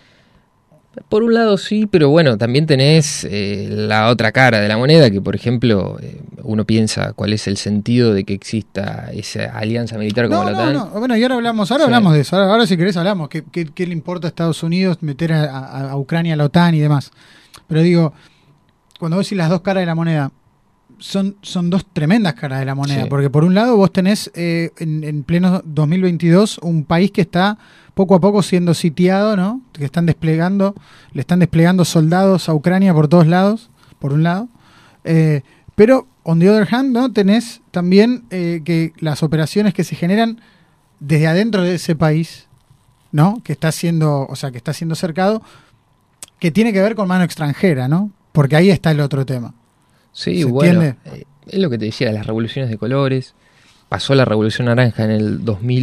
Por un lado sí, pero bueno, también tenés la otra cara de la moneda, que por ejemplo uno piensa cuál es el sentido de que exista esa alianza militar como la OTAN. No. Bueno, y ahora hablamos de eso. Ahora si querés hablamos. ¿Qué le importa a Estados Unidos meter a Ucrania a la OTAN y demás? Pero digo, cuando vos decís las dos caras de la moneda, son dos tremendas caras de la moneda. Sí. Porque por un lado vos tenés en pleno 2022 un país que está poco a poco siendo sitiado, ¿no? Que le están desplegando soldados a Ucrania por todos lados, por un lado. Pero, on the other hand, ¿no? Tenés también que las operaciones que se generan desde adentro de ese país, ¿no? Que está siendo cercado, que tiene que ver con mano extranjera, ¿no? Porque ahí está el otro tema. Sí, bueno, es lo que te decía, las revoluciones de colores. Pasó la Revolución Naranja en el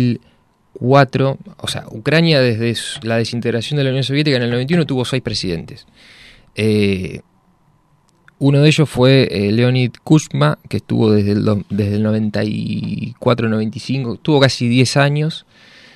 2004. O sea, Ucrania desde la desintegración de la Unión Soviética en el 91 tuvo 6 presidentes. Uno de ellos fue Leonid Kuchma, que estuvo desde el 94 al 95, tuvo casi 10 años.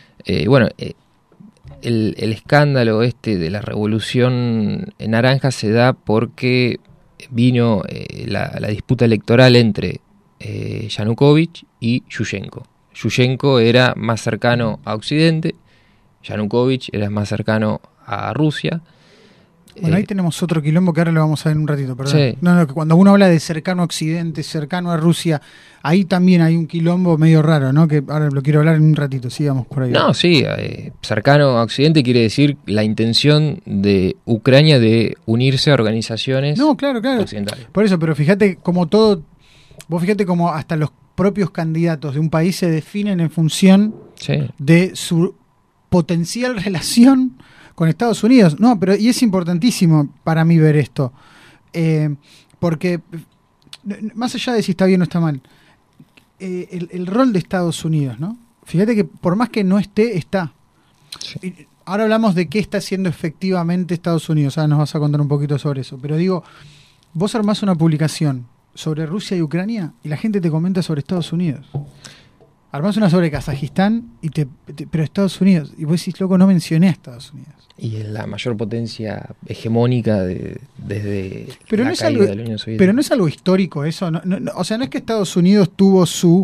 El escándalo de la Revolución Naranja se da porque vino la disputa electoral entre Yanukovych y Yushchenko. Yushchenko era más cercano a Occidente, Yanukovych era más cercano a Rusia. Bueno, ahí tenemos otro quilombo que ahora lo vamos a ver en un ratito, perdón. Sí. No, que cuando uno habla de cercano a Occidente, cercano a Rusia, ahí también hay un quilombo medio raro, ¿no? Que ahora lo quiero hablar en un ratito, sigamos por ahí. No, sí, cercano a Occidente quiere decir la intención de Ucrania de unirse a organizaciones occidentales. Por eso, pero fíjate como todo, vos fíjate como hasta los propios candidatos de un país se definen en función de su potencial relación con Estados Unidos. No, pero y es importantísimo para mí ver esto. Porque, más allá de si está bien o está mal, el rol de Estados Unidos, ¿no? Fíjate que por más que no esté, está. Sí. Ahora hablamos de qué está haciendo efectivamente Estados Unidos. Ahora nos vas a contar un poquito sobre eso. Pero digo, vos armás una publicación sobre Rusia y Ucrania y la gente te comenta sobre Estados Unidos. Armás una sobre Kazajistán pero Estados Unidos. Y vos decís, loco, no mencioné a Estados Unidos. Y es la mayor potencia hegemónica desde la caída de la Unión Soviética. Pero no es algo histórico eso. No, o sea, no es que Estados Unidos tuvo su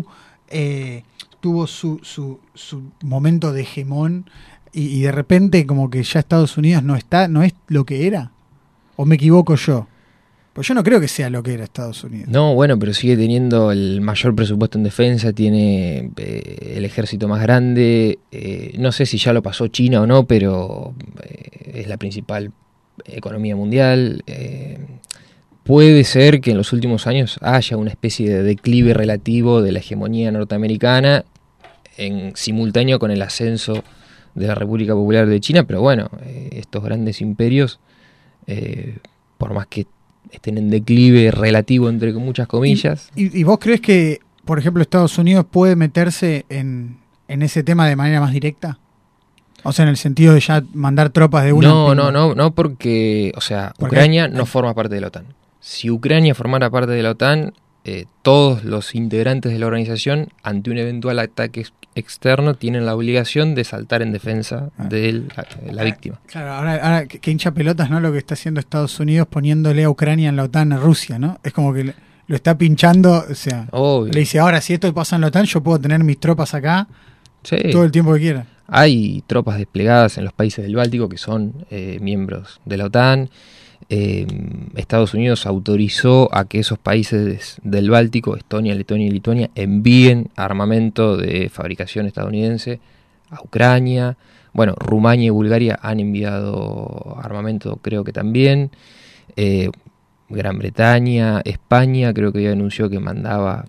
momento de hegemón y de repente como que ya Estados Unidos no es lo que era. ¿O me equivoco yo? Pues yo no creo que sea lo que era Estados Unidos. No, bueno, pero sigue teniendo el mayor presupuesto en defensa, tiene el ejército más grande, no sé si ya lo pasó China o no, pero es la principal economía mundial. Puede ser que en los últimos años haya una especie de declive relativo de la hegemonía norteamericana en simultáneo con el ascenso de la República Popular de China, pero bueno, estos grandes imperios, por más que estén en declive relativo entre muchas comillas. ¿Y vos crees que, por ejemplo, Estados Unidos puede meterse en ese tema de manera más directa? O sea, en el sentido de ya mandar tropas de una... No, porque, o sea, Ucrania no forma parte de la OTAN. Si Ucrania formara parte de la OTAN, todos los integrantes de la organización, ante un eventual ataque externo, tienen la obligación de saltar en defensa de la víctima. Claro, ahora que hincha pelotas, ¿no? Lo que está haciendo Estados Unidos poniéndole a Ucrania en la OTAN a Rusia, ¿no? Es como que lo está pinchando, o sea, obvio. Le dice, ahora si esto pasa en la OTAN, yo puedo tener mis tropas acá todo el tiempo que quiera. Hay tropas desplegadas en los países del Báltico que son miembros de la OTAN. Estados Unidos autorizó a que esos países del Báltico, Estonia, Letonia y Lituania, envíen armamento de fabricación estadounidense a Ucrania. Bueno, Rumania y Bulgaria han enviado armamento, creo que también. Gran Bretaña, España, creo que ya anunció que mandaba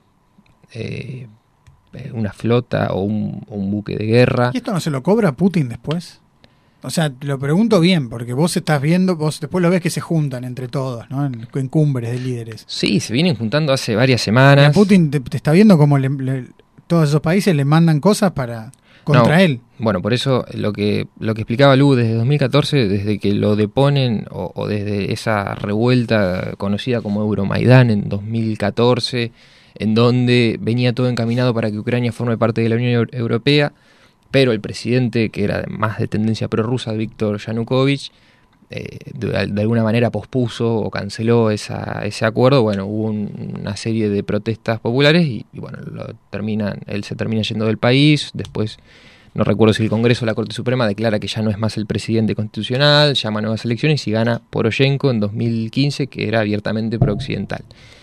una flota o un buque de guerra. ¿Y esto no se lo cobra Putin después? O sea, te lo pregunto bien, porque vos estás viendo, vos después lo ves que se juntan entre todos, ¿no? En cumbres de líderes. Sí, se vienen juntando hace varias semanas. Y a Putin te está viendo como todos esos países le mandan cosas contra él. Bueno, por eso lo que explicaba Lu desde 2014, desde que lo deponen o desde esa revuelta conocida como Euromaidán en 2014, en donde venía todo encaminado para que Ucrania forme parte de la Unión Europea, pero el presidente, que era más de tendencia prorrusa, Víctor Yanukovych, de alguna manera pospuso o canceló ese acuerdo. Bueno, hubo una serie de protestas populares y bueno, él se termina yendo del país. Después, no recuerdo si el Congreso o la Corte Suprema declara que ya no es más el presidente constitucional, llama a nuevas elecciones y gana Poroshenko en 2015, que era abiertamente prooccidental.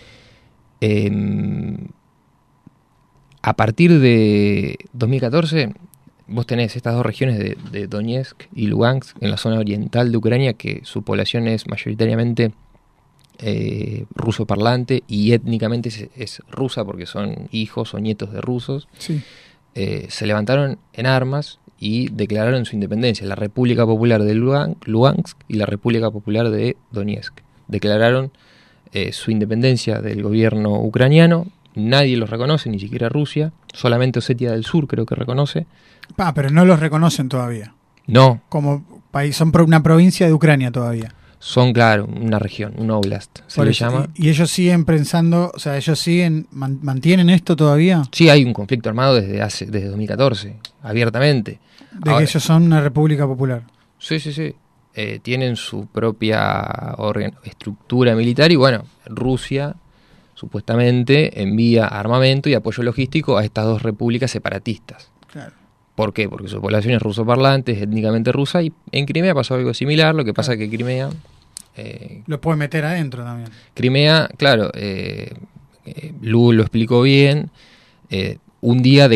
A partir de 2014... vos tenés estas dos regiones de Donetsk y Lugansk en la zona oriental de Ucrania, que su población es mayoritariamente ruso parlante y étnicamente es rusa porque son hijos o nietos de rusos. Sí. Se levantaron en armas y declararon su independencia. La República Popular de Lugansk y la República Popular de Donetsk declararon su independencia del gobierno ucraniano. Nadie los reconoce, ni siquiera Rusia. Solamente Osetia del Sur creo que reconoce. Pero no los reconocen todavía. No. Como país, son una provincia de Ucrania todavía. Son, claro, una región, un oblast, se le llama. ¿Y ellos siguen pensando, o sea, ellos mantienen esto todavía? Sí, hay un conflicto armado desde 2014, abiertamente. Que ellos son una república popular. Sí. Tienen su propia estructura militar y bueno, Rusia supuestamente envía armamento y apoyo logístico a estas dos repúblicas separatistas. Claro. ¿Por qué? Porque su población es rusoparlante, es étnicamente rusa, y en Crimea pasó algo similar. Lo que pasa es que Crimea... lo puede meter adentro también. Crimea, claro, Lu lo explicó bien. Un día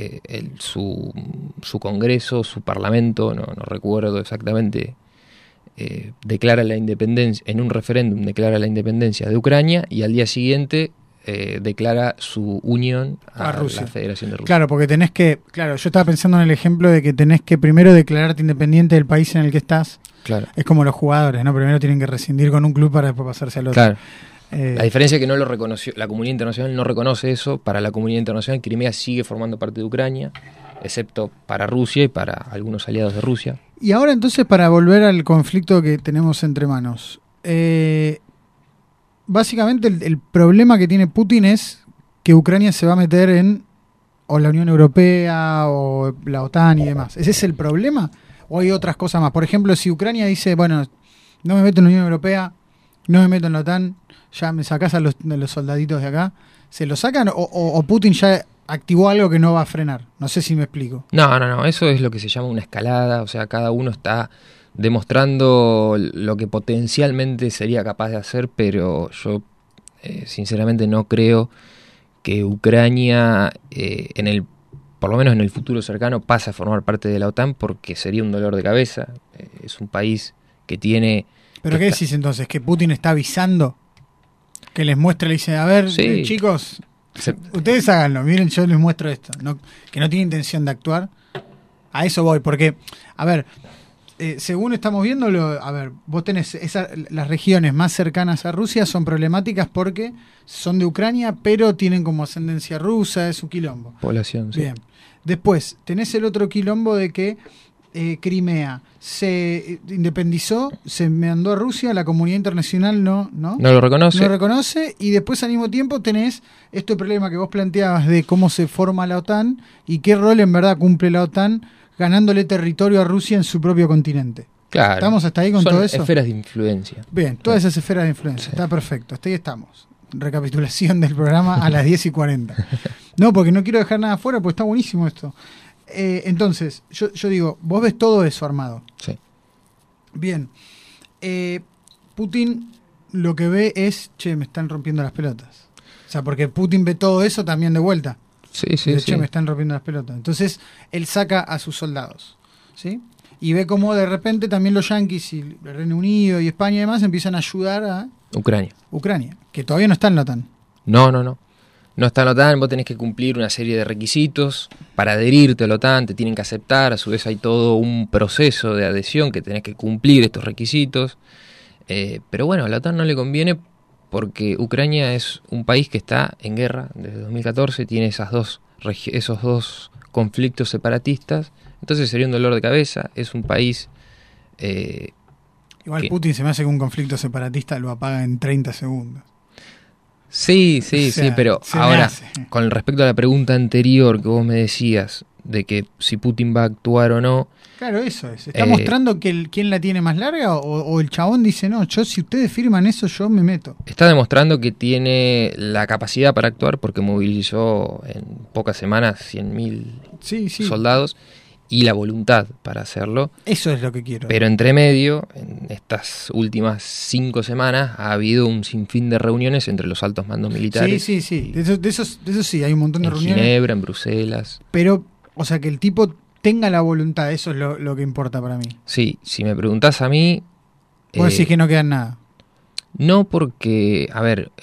su congreso, su parlamento, no recuerdo exactamente, declara la independencia, en un referéndum declara la independencia de Ucrania, y al día siguiente declara su unión a Rusia. La Federación de Rusia. Claro, porque yo estaba pensando en el ejemplo de que tenés que primero declararte independiente del país en el que estás. Claro. Es como los jugadores, ¿no? Primero tienen que rescindir con un club para después pasarse al otro. Claro. La diferencia es que no lo reconoció, la comunidad internacional no reconoce eso. Para la comunidad internacional, Crimea sigue formando parte de Ucrania, excepto para Rusia y para algunos aliados de Rusia. Y ahora entonces, para volver al conflicto que tenemos entre manos, básicamente el problema que tiene Putin es que Ucrania se va a meter en o la Unión Europea o la OTAN y demás. ¿Ese es el problema? ¿O hay otras cosas más? Por ejemplo, si Ucrania dice, bueno, no me meto en la Unión Europea, no me meto en la OTAN, ya me sacás a los soldaditos de acá, ¿se lo sacan o Putin ya activó algo que no va a frenar? No sé si me explico. No, eso es lo que se llama una escalada. O sea, cada uno está demostrando lo que potencialmente sería capaz de hacer, pero yo sinceramente no creo que Ucrania por lo menos en el futuro cercano pase a formar parte de la OTAN, porque sería un dolor de cabeza. Es un país que tiene... ¿Pero qué decís entonces? ¿Que Putin está avisando? Que les muestre, le dice, a ver, sí. Chicos, ustedes háganlo, miren, yo les muestro esto. Que no tiene intención de actuar. A eso voy, porque, a ver, según estamos viéndolo, a ver, vos tenés las regiones más cercanas a Rusia son problemáticas porque son de Ucrania, pero tienen como ascendencia rusa, es un quilombo. Población, sí. Bien. Después, tenés el otro quilombo de que Crimea se independizó, se mandó a Rusia, la comunidad internacional no lo reconoce. No lo reconoce, y después al mismo tiempo tenés este problema que vos planteabas de cómo se forma la OTAN y qué rol en verdad cumple la OTAN ganándole territorio a Rusia en su propio continente. Claro. ¿Estamos hasta ahí con todo eso? Son esferas de influencia. Bien, todas esas esferas de influencia. Sí. Está perfecto, hasta ahí estamos. Recapitulación del programa a las 10:40. No, porque no quiero dejar nada afuera, porque está buenísimo esto. Entonces, yo digo, vos ves todo eso armado. Sí. Bien. Putin lo que ve es, me están rompiendo las pelotas. O sea, porque Putin ve todo eso también de vuelta. Sí. Me están rompiendo las pelotas. Entonces, él saca a sus soldados. ¿Sí? Y ve cómo de repente también los yanquis y el Reino Unido y España y demás empiezan a ayudar a Ucrania, que todavía no está en la OTAN. No. No está en la OTAN, vos tenés que cumplir una serie de requisitos para adherirte a la OTAN, te tienen que aceptar, a su vez hay todo un proceso de adhesión que tenés que cumplir estos requisitos. Pero bueno, a la OTAN no le conviene porque Ucrania es un país que está en guerra desde 2014, tiene esos dos conflictos separatistas, entonces sería un dolor de cabeza, es un país... Igual Putin se me hace que un conflicto separatista lo apaga en 30 segundos. Sí, pero ahora, con respecto a la pregunta anterior que vos me decías, de que si Putin va a actuar o no... Claro, eso es. ¿Está mostrando que quién la tiene más larga o el chabón dice, no, si ustedes firman eso, yo me meto? Está demostrando que tiene la capacidad para actuar porque movilizó en pocas semanas 100.000 soldados y la voluntad para hacerlo. Eso es lo que quiero. Pero entre medio, en estas últimas 5 semanas, ha habido un sinfín de reuniones entre los altos mandos militares. Sí. De eso sí, hay un montón de reuniones. En Ginebra, en Bruselas. Pero, o sea, que el tipo tenga la voluntad, eso es lo que importa para mí. Sí, si me preguntás a mí... Vos decís que no queda nada. No, porque, a ver...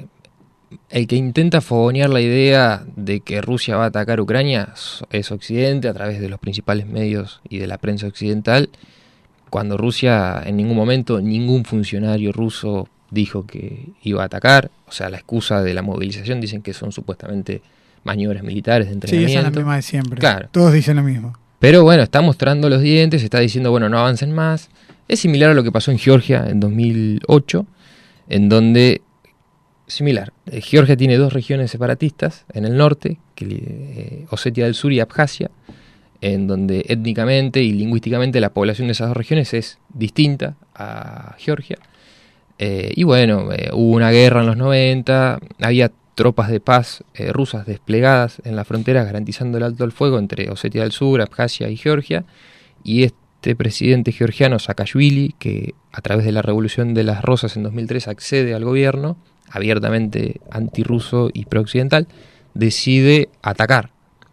el que intenta fogonear la idea de que Rusia va a atacar Ucrania es Occidente a través de los principales medios y de la prensa occidental, cuando Rusia en ningún momento, ningún funcionario ruso dijo que iba a atacar. O sea, la excusa de la movilización dicen que son supuestamente maniobras militares de entrenamiento. Sí, esa es la misma de siempre. Claro. Todos dicen lo mismo. Pero bueno, está mostrando los dientes, está diciendo, bueno, no avancen más. Es similar a lo que pasó en Georgia en 2008, en donde... Similar. Georgia tiene 2 regiones separatistas en el norte, Osetia del Sur y Abjasia, en donde étnicamente y lingüísticamente la población de esas 2 regiones es distinta a Georgia. Y bueno, hubo una guerra en los 90, había tropas de paz rusas desplegadas en la frontera garantizando el alto al fuego entre Osetia del Sur, Abjasia y Georgia, y este presidente georgiano, Saakashvili, que a través de la Revolución de las Rosas en 2003 accede al gobierno, abiertamente antirruso y prooccidental, decide atacar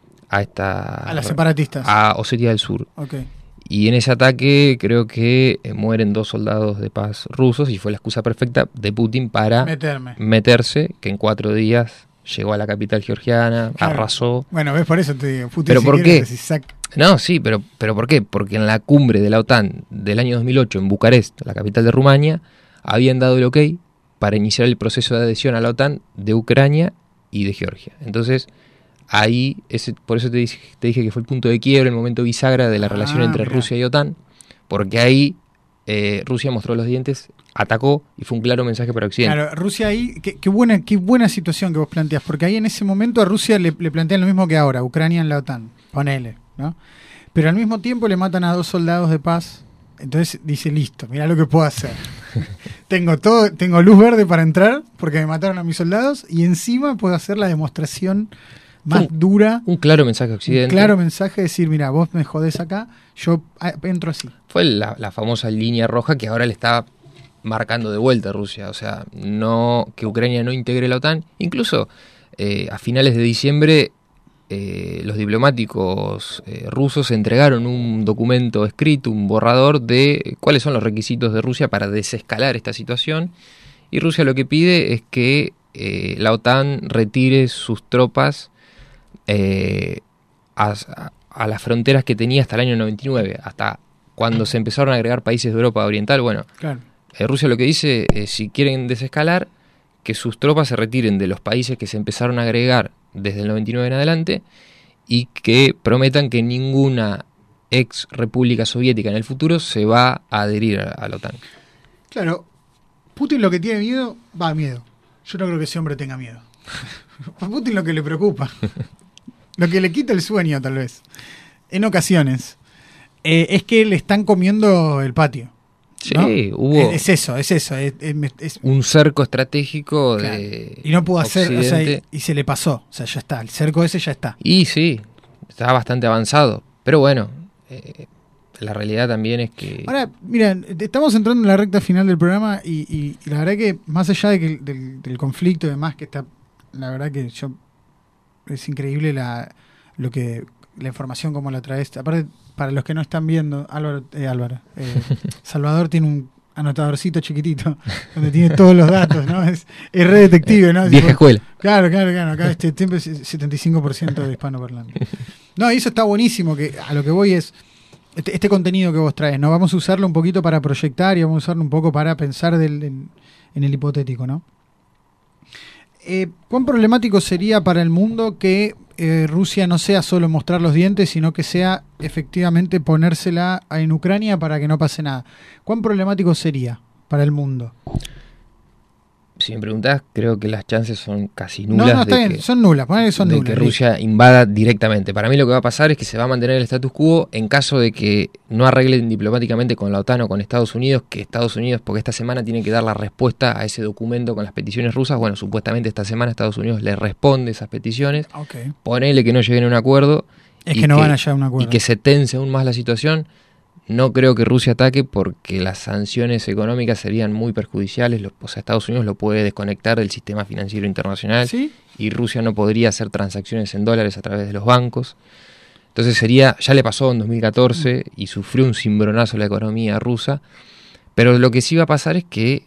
a las separatistas, a Osetia del Sur. Okay. Y en ese ataque creo que mueren 2 soldados de paz rusos y fue la excusa perfecta de Putin para meterse, que en 4 días llegó a la capital georgiana, claro. Arrasó. Bueno, ves, por eso te digo, Putin. ¿Pero por qué? No, sí, pero ¿por qué? Porque en la cumbre de la OTAN del año 2008 en Bucarest, la capital de Rumania, habían dado el ok para iniciar el proceso de adhesión a la OTAN de Ucrania y de Georgia. Entonces, ahí, por eso te dije que fue el punto de quiebre, el momento bisagra de la relación entre Rusia y OTAN, porque ahí Rusia mostró los dientes, atacó y fue un claro mensaje para Occidente. Claro, Rusia ahí, qué buena situación que vos planteás, porque ahí en ese momento a Rusia le plantean lo mismo que ahora, Ucrania en la OTAN, ponele, ¿no? Pero al mismo tiempo le matan a 2 soldados de paz, entonces dice, listo, mirá lo que puedo hacer. Tengo luz verde para entrar porque me mataron a mis soldados y encima puedo hacer la demostración más dura. Un claro mensaje a Occidente. Un claro mensaje de decir, mira, vos me jodés acá, yo entro así. Fue la famosa línea roja que ahora le está marcando de vuelta a Rusia. O sea, no que Ucrania no integre la OTAN. Incluso a finales de diciembre los diplomáticos rusos entregaron un documento escrito, un borrador de cuáles son los requisitos de Rusia para desescalar esta situación, y Rusia lo que pide es que la OTAN retire sus tropas a las fronteras que tenía hasta el año 99, hasta cuando se empezaron a agregar países de Europa Oriental. Bueno, claro. Rusia lo que dice es, si quieren desescalar, que sus tropas se retiren de los países que se empezaron a agregar desde el 99 en adelante y que prometan que ninguna ex república soviética en el futuro se va a adherir a la OTAN. Claro, Putin lo que tiene miedo, miedo. Yo no creo que ese hombre tenga miedo. A Putin lo que le preocupa, lo que le quita el sueño tal vez, en ocasiones, es que le están comiendo el patio. Sí, ¿no? hubo es eso. Es un cerco estratégico claro. de y no pudo hacer, o sea, y se le pasó, o sea, ya está, el cerco ese ya está. Y sí, está bastante avanzado, pero bueno, la realidad también es que... Ahora, mira, estamos entrando en la recta final del programa y la verdad que más allá de que del conflicto y demás, que está, la verdad que es increíble la información como la traes. Aparte, para los que no están viendo, Salvador tiene un anotadorcito chiquitito donde tiene todos los datos, ¿no? Es re detective, ¿no? Vieja escuela. Claro, acá siempre es 75% de hispanoparlante. No, y eso está buenísimo, que a lo que voy es este contenido que vos traes, ¿no? Vamos a usarlo un poquito para proyectar y vamos a usarlo un poco para pensar en el hipotético, ¿no? ¿Cuán problemático sería para el mundo que Rusia no sea solo mostrar los dientes, sino que sea efectivamente ponérsela en Ucrania para que no pase nada? ¿Cuán problemático sería para el mundo? Si me preguntás, creo que las chances son casi nulas. Son nulas, de que Rusia invada directamente. Para mí lo que va a pasar es que se va a mantener el status quo en caso de que no arreglen diplomáticamente con la OTAN o con Estados Unidos, que Estados Unidos, porque esta semana tiene que dar la respuesta a ese documento con las peticiones rusas. Bueno, supuestamente esta semana Estados Unidos le responde esas peticiones. Okay. Ponele que no lleguen a un acuerdo. Es que no van a llegar a un acuerdo. Y que se tense aún más la situación. No creo que Rusia ataque porque las sanciones económicas serían muy perjudiciales. O sea, Estados Unidos lo puede desconectar del sistema financiero internacional. ¿Sí? Y Rusia no podría hacer transacciones en dólares a través de los bancos. Entonces ya le pasó en 2014 y sufrió un cimbronazo la economía rusa. Pero lo que sí va a pasar es que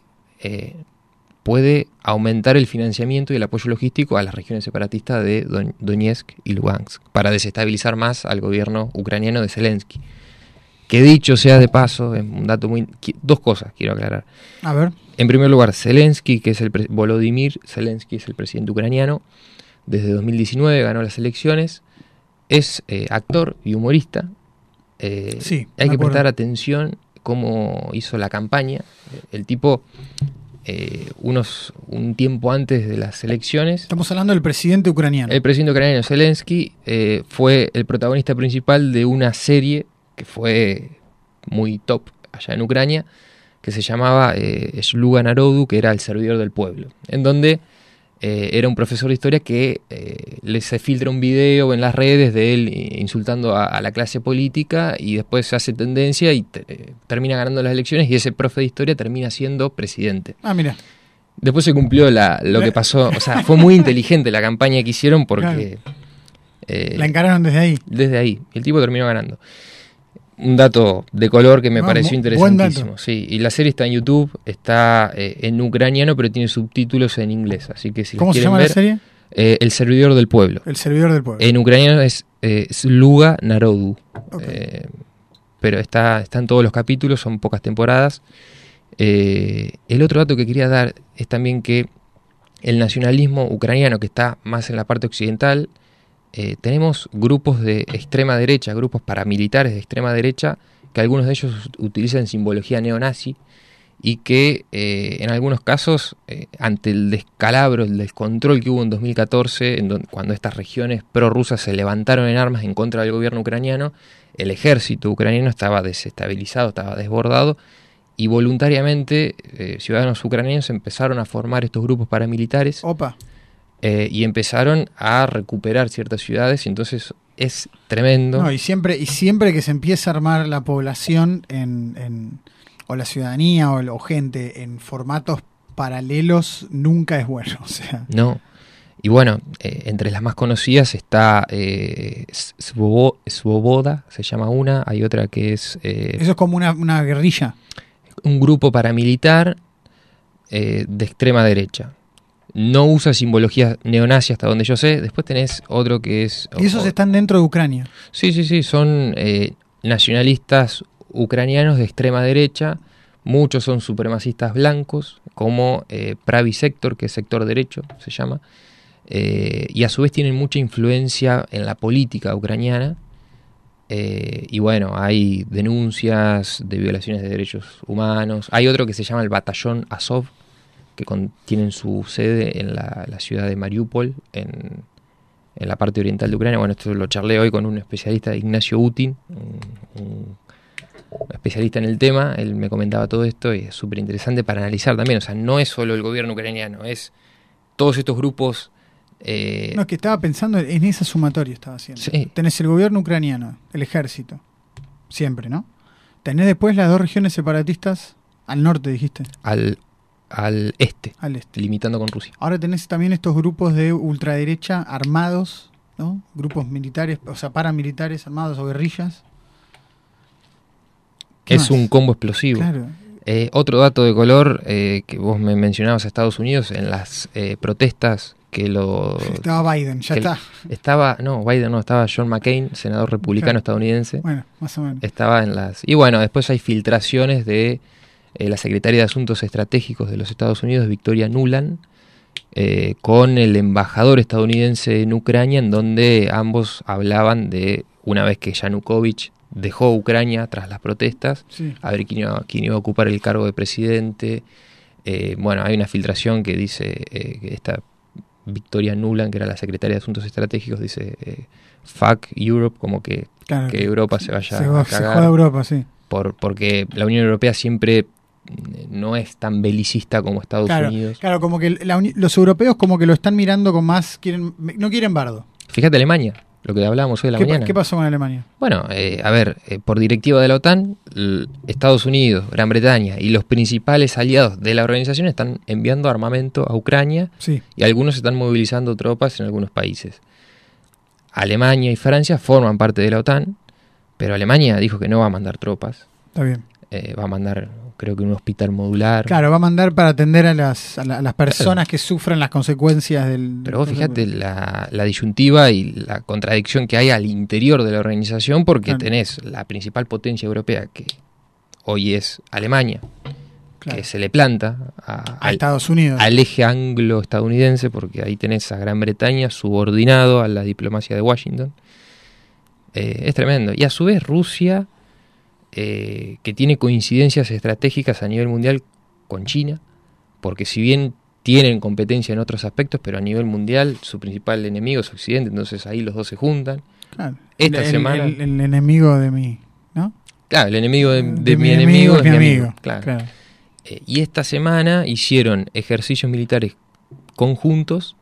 puede aumentar el financiamiento y el apoyo logístico a las regiones separatistas de Donetsk y Lugansk para desestabilizar más al gobierno ucraniano de Zelensky. Que dicho sea de paso, es un dato dos cosas quiero aclarar. A ver. En primer lugar, Zelensky, que es Volodymyr Zelensky, es el presidente ucraniano. Desde 2019 ganó las elecciones. Es actor y humorista. Sí, hay que prestar atención cómo hizo la campaña. El tipo, un tiempo antes de las elecciones... Estamos hablando del presidente ucraniano. El presidente ucraniano Zelensky fue el protagonista principal de una serie que fue muy top allá en Ucrania, que se llamaba Sluga Narodu, que era el servidor del pueblo, en donde era un profesor de historia que se filtra un video en las redes de él insultando a la clase política y después se hace tendencia y termina ganando las elecciones y ese profe de historia termina siendo presidente. Ah, mira. Después se cumplió lo que pasó, o sea, fue muy inteligente la campaña que hicieron porque... la encararon desde ahí. Desde ahí, y el tipo terminó ganando. Un dato de color que me pareció interesantísimo. Sí, y la serie está en YouTube, está en ucraniano, pero tiene subtítulos en inglés. Así que si ¿cómo se llama ver, la serie? El servidor del pueblo. El servidor del pueblo. En ucraniano es Sluga Narodu. Okay. Pero está en todos los capítulos, son pocas temporadas. El otro dato que quería dar es también que el nacionalismo ucraniano, que está más en la parte occidental, tenemos grupos de extrema derecha, grupos paramilitares de extrema derecha, que algunos de ellos utilizan simbología neonazi y que en algunos casos, ante el descalabro, el descontrol que hubo en 2014, cuando estas regiones prorrusas se levantaron en armas en contra del gobierno ucraniano, el ejército ucraniano estaba desestabilizado, estaba desbordado y voluntariamente ciudadanos ucranianos empezaron a formar estos grupos paramilitares. Opa. Y empezaron a recuperar ciertas ciudades y entonces es tremendo. No, y siempre que se empieza a armar la población o la ciudadanía o gente en formatos paralelos nunca es bueno. O sea. No. Y bueno, entre las más conocidas está Svoboda, se llama una, hay otra que es... Eso es como una guerrilla. Un grupo paramilitar de extrema derecha. No usa simbología neonazi hasta donde yo sé. Después tenés otro que es... ¿Y esos están dentro de Ucrania? Sí. Son nacionalistas ucranianos de extrema derecha. Muchos son supremacistas blancos, como Pravi Sector, que es sector derecho, se llama. Y a su vez tienen mucha influencia en la política ucraniana. Y bueno, hay denuncias de violaciones de derechos humanos. Hay otro que se llama el Batallón Azov, que tienen su sede en la ciudad de Mariupol, en la parte oriental de Ucrania. Bueno, esto lo charlé hoy con un especialista, Ignacio Utin, un especialista en el tema. Él me comentaba todo esto y es súper interesante para analizar también. O sea, no es solo el gobierno ucraniano, es todos estos grupos. No, que estaba pensando en esa sumatoria, estaba haciendo. Sí. Tenés el gobierno ucraniano, el ejército, siempre, ¿no? Tenés después las 2 regiones separatistas al norte, dijiste. Al este, limitando con Rusia. Ahora tenés también estos grupos de ultraderecha armados, ¿no? Grupos militares, o sea, paramilitares armados o guerrillas. Es un combo explosivo. Claro. Otro dato de color que vos me mencionabas a Estados Unidos en las protestas que Estaba Biden, ya está. Biden no, estaba John McCain, senador republicano estadounidense. Bueno, más o menos. Estaba en las... Y bueno, después hay filtraciones de la secretaria de Asuntos Estratégicos de los Estados Unidos, Victoria Nuland, con el embajador estadounidense en Ucrania, en donde ambos hablaban de, una vez que Yanukovych dejó Ucrania tras las protestas, a ver quién iba a ocupar el cargo de presidente. Bueno, hay una filtración que dice que esta Victoria Nuland, que era la secretaria de Asuntos Estratégicos, dice fuck Europe, como que Europa se vaya a cagar. Se joda Europa, sí. Porque la Unión Europea siempre no es tan belicista como Estados Unidos. Claro, como que los europeos como que lo están mirando con más... no quieren bardo. Fíjate Alemania, lo que hablábamos hoy de la mañana. ¿Qué pasó con Alemania? Bueno, por directiva de la OTAN, Estados Unidos, Gran Bretaña y los principales aliados de la organización están enviando armamento a Ucrania, y algunos están movilizando tropas en algunos países. Alemania y Francia forman parte de la OTAN, pero Alemania dijo que no va a mandar tropas. Está bien. Va a mandar, creo que un hospital modular. Claro, va a mandar para atender a las personas que sufran las consecuencias del... Pero vos fíjate la disyuntiva y la contradicción que hay al interior de la organización, porque tenés la principal potencia europea, que hoy es Alemania, que se le planta a Estados Unidos, al eje anglo-estadounidense, porque ahí tenés a Gran Bretaña subordinado a la diplomacia de Washington. Es tremendo. Y a su vez Rusia, que tiene coincidencias estratégicas a nivel mundial con China, porque si bien tienen competencia en otros aspectos, pero a nivel mundial su principal enemigo es Occidente, entonces ahí los dos se juntan. Claro. Esta semana... El enemigo de mí, ¿no? Claro, el enemigo de mi enemigo es mi amigo. Claro. Y esta semana hicieron ejercicios militares conjuntos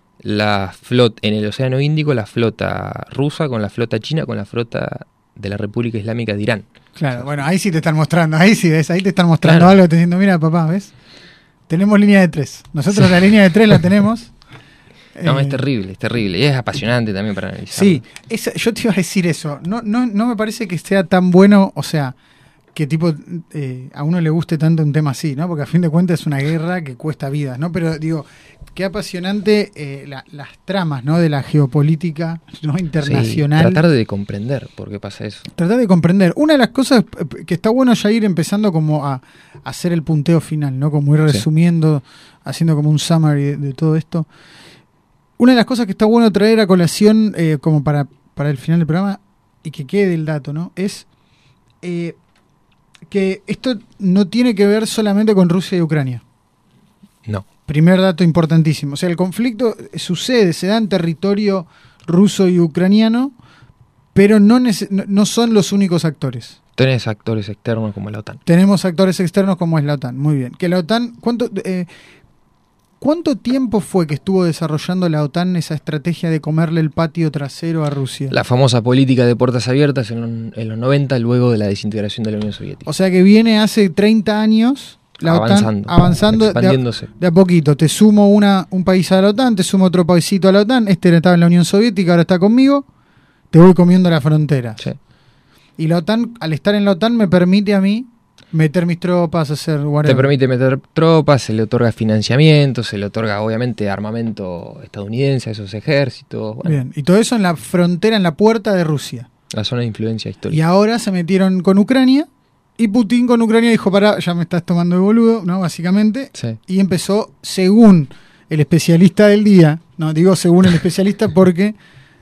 en el Océano Índico, la flota rusa con la flota china, con la flota de la República Islámica de Irán. Claro, bueno, ahí sí te están mostrando, ahí te están mostrando algo, te diciendo, mira papá, ¿ves? Tenemos línea de 3. Nosotros la línea de 3 la tenemos. No, es terrible. Y es apasionante también para analizar. Sí, yo te iba a decir eso. No me parece que sea tan bueno, o sea, que tipo a uno le guste tanto un tema así, ¿no? Porque a fin de cuentas es una guerra que cuesta vidas, ¿no? Pero digo, qué apasionante las tramas, ¿no? De la geopolítica, ¿no? Internacional. Sí, tratar de comprender por qué pasa eso. Tratar de comprender. Una de las cosas que está bueno ya ir empezando como a hacer el punteo final, ¿no? Como ir resumiendo, haciendo como un summary de todo esto. Una de las cosas que está bueno traer a colación como para el final del programa y que quede el dato, ¿no? Es que esto no tiene que ver solamente con Rusia y Ucrania. No. Primer dato importantísimo. O sea, el conflicto se da en territorio ruso y ucraniano, pero no son los únicos actores. Tenés actores externos como la OTAN. Tenemos actores externos como es la OTAN. Muy bien. Que la OTAN, ¿cuánto tiempo fue que estuvo desarrollando la OTAN esa estrategia de comerle el patio trasero a Rusia? La famosa política de puertas abiertas en los 90, luego de la desintegración de la Unión Soviética. O sea que viene hace 30 años la OTAN avanzando expandiéndose. De a poquito. Te sumo un país a la OTAN, te sumo otro paísito a la OTAN, estaba en la Unión Soviética, ahora está conmigo, te voy comiendo la frontera. Sí. Y la OTAN, al estar en la OTAN, me permite a mí meter mis tropas, hacer whatever. Te permite meter tropas, se le otorga financiamiento, se le otorga obviamente armamento estadounidense a esos ejércitos. Bueno. Bien, y todo eso en la frontera, en la puerta de Rusia. La zona de influencia histórica. Y ahora se metieron con Ucrania, y Putin con Ucrania dijo, pará, ya me estás tomando de boludo, ¿no? Básicamente. Sí. Y empezó, según el especialista del día, no digo según el especialista porque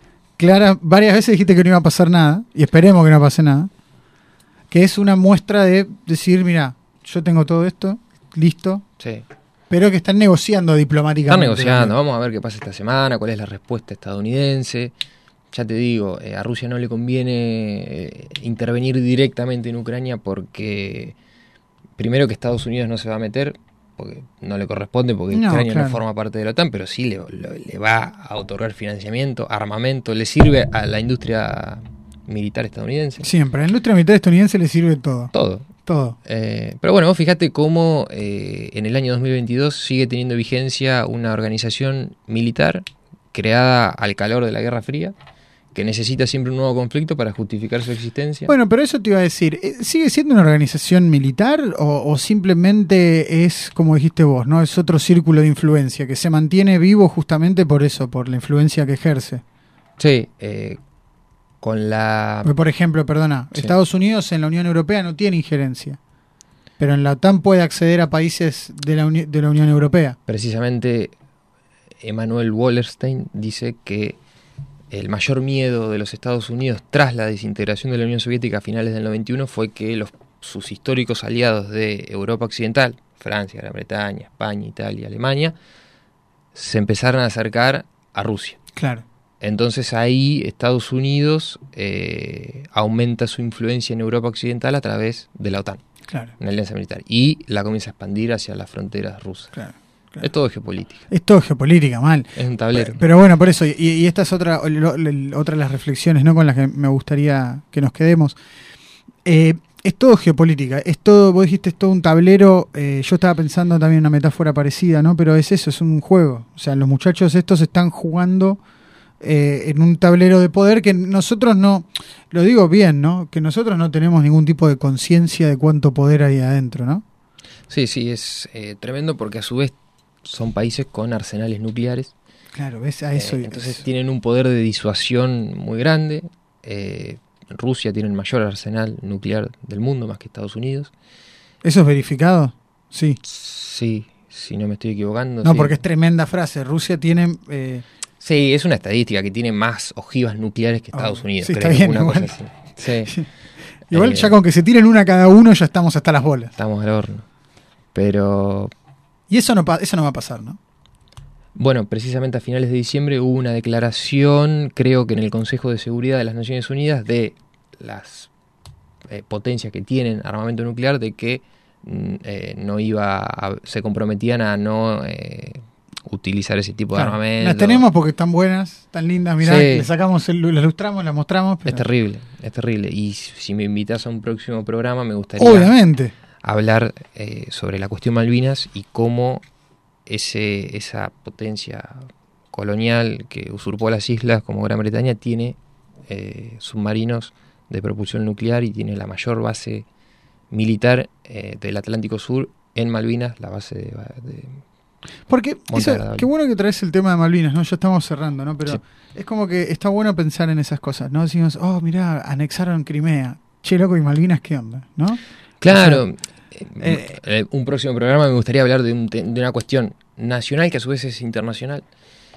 varias veces dijiste que no iba a pasar nada, y esperemos que no pase nada, que es una muestra de decir, mira, yo tengo todo esto, listo, Sí. pero que están negociando diplomáticamente. Están negociando, vamos a ver qué pasa esta semana, cuál es la respuesta estadounidense. Ya te digo, a Rusia no le conviene intervenir directamente en Ucrania porque, primero, que Estados Unidos no se va a meter, porque no le corresponde, porque Ucrania no forma parte de la OTAN, pero sí le va a otorgar financiamiento, armamento, le sirve a la industria militar estadounidense. Siempre, a la industria militar estadounidense le sirve todo. Todo. Pero bueno, vos fíjate cómo en el año 2022 sigue teniendo vigencia una organización militar creada al calor de la Guerra Fría, que necesita siempre un nuevo conflicto para justificar su existencia. Bueno, pero eso te iba a decir, ¿sigue siendo una organización militar o simplemente es, como dijiste vos, ¿no? Es otro círculo de influencia que se mantiene vivo justamente por eso, por la influencia que ejerce? Sí, con la... Por ejemplo, Sí. Estados Unidos en la Unión Europea no tiene injerencia, pero en la OTAN puede acceder a países de la Unión Europea. Precisamente Emanuel Wallerstein dice que el mayor miedo de los Estados Unidos tras la desintegración de la Unión Soviética a finales del 91 fue que sus históricos aliados de Europa Occidental, Francia, Gran Bretaña, España, Italia, Alemania, se empezaran a acercar a Rusia. Claro. Entonces ahí Estados Unidos aumenta su influencia en Europa Occidental a través de la OTAN, claro, en la alianza militar, y la comienza a expandir hacia las fronteras rusas. Claro. Es todo geopolítica. Es todo geopolítica, mal. Es un tablero. Pero bueno, por eso, y esta es otra de las reflexiones, ¿no?, con las que me gustaría que nos quedemos. Es todo geopolítica, es todo, vos dijiste, es todo un tablero. Yo estaba pensando también en una metáfora parecida, ¿no? Pero es eso, es un juego. O sea, los muchachos estos están jugando en un tablero de poder que nosotros no, lo digo bien, ¿no?, que nosotros no tenemos ningún tipo de conciencia de cuánto poder hay adentro, ¿no? Sí, es tremendo porque a su vez son países con arsenales nucleares. Claro, ves, a eso. Entonces tienen un poder de disuasión muy grande. Rusia tiene el mayor arsenal nuclear del mundo, más que Estados Unidos. ¿Eso es verificado? Sí. Sí, si no me estoy equivocando. No, sí. porque es tremenda frase. Rusia tiene... Sí, es una estadística que tiene más ojivas nucleares que Estados Unidos. Sí, creo, está bien, una igual. cosa así. Sí. Igual ya con que se tiren una cada uno ya estamos hasta las bolas. Estamos al horno. Pero... Y eso no va a pasar, ¿no? Bueno, precisamente a finales de diciembre hubo una declaración, creo que en el Consejo de Seguridad de las Naciones Unidas, de las potencias que tienen armamento nuclear, de que se comprometían a no utilizar ese tipo de armamento. Las tenemos porque están buenas, tan lindas, mirá, Sí. le sacamos, las ilustramos, las mostramos. Pero... Es terrible. Y si me invitas a un próximo programa, me gustaría... Obviamente. Hablar sobre la cuestión Malvinas y cómo esa potencia colonial que usurpó las islas como Gran Bretaña tiene submarinos de propulsión nuclear y tiene la mayor base militar del Atlántico Sur en Malvinas, la base de porque Monte Agradable. Qué bueno que traes el tema de Malvinas, ¿no? Ya estamos cerrando, ¿no? Pero Sí. es como que está bueno pensar en esas cosas, ¿no? Decimos, oh, mirá, anexaron Crimea. Che, loco, ¿y Malvinas qué onda? ¿No? Claro. O sea, Un próximo programa me gustaría hablar de una cuestión nacional que a su vez es internacional.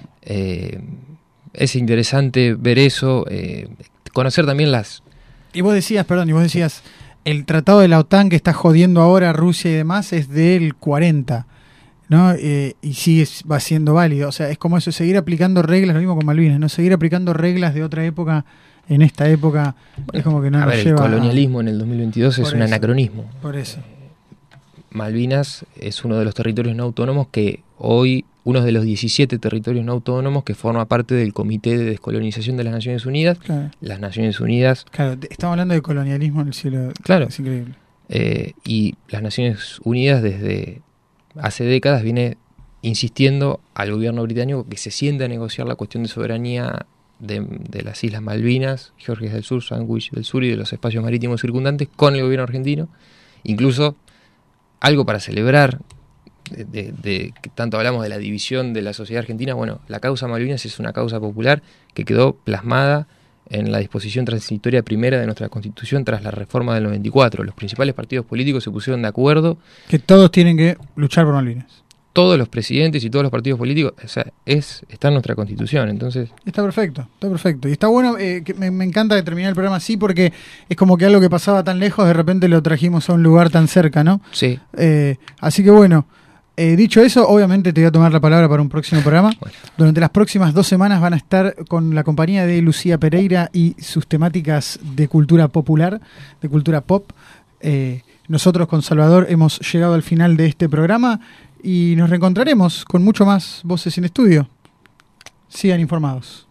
Es interesante ver eso, conocer también Y vos decías, el tratado de la OTAN que está jodiendo ahora a Rusia y demás es del 40, ¿no? Y va siendo válido. O sea, es como eso, seguir aplicando reglas, lo mismo con Malvinas, ¿no? Seguir aplicando reglas de otra época en esta época, es como que no nos lleva... el colonialismo en el 2022 es un anacronismo. Por eso. Malvinas es uno de los territorios no autónomos que hoy, uno de los 17 territorios no autónomos que forma parte del Comité de Descolonización de las Naciones Unidas. Claro. Las Naciones Unidas... Claro, estamos hablando de colonialismo en el cielo. Claro. Es increíble. Y las Naciones Unidas desde hace décadas viene insistiendo al gobierno británico que se siente a negociar la cuestión de soberanía de las Islas Malvinas, Georgias del Sur, Sandwich del Sur y de los espacios marítimos circundantes con el gobierno argentino. Incluso algo para celebrar, de que tanto hablamos de la división de la sociedad argentina. Bueno, la causa Malvinas es una causa popular que quedó plasmada en la disposición transitoria primera de nuestra Constitución tras la reforma del 94. Los principales partidos políticos se pusieron de acuerdo. Que todos tienen que luchar por Malvinas. todos los presidentes y todos los partidos políticos, o sea, está en nuestra Constitución, entonces... Está perfecto. Y está bueno, que me encanta terminar el programa así, porque es como que algo que pasaba tan lejos, de repente lo trajimos a un lugar tan cerca, ¿no? Sí. Así que bueno, dicho eso, obviamente te voy a tomar la palabra para un próximo programa. Bueno. Durante las próximas 2 semanas van a estar con la compañía de Lucía Pereira y sus temáticas de cultura popular, de cultura pop. Nosotros con Salvador hemos llegado al final de este programa y nos reencontraremos con mucho más Voces en Estudio. Sigan informados.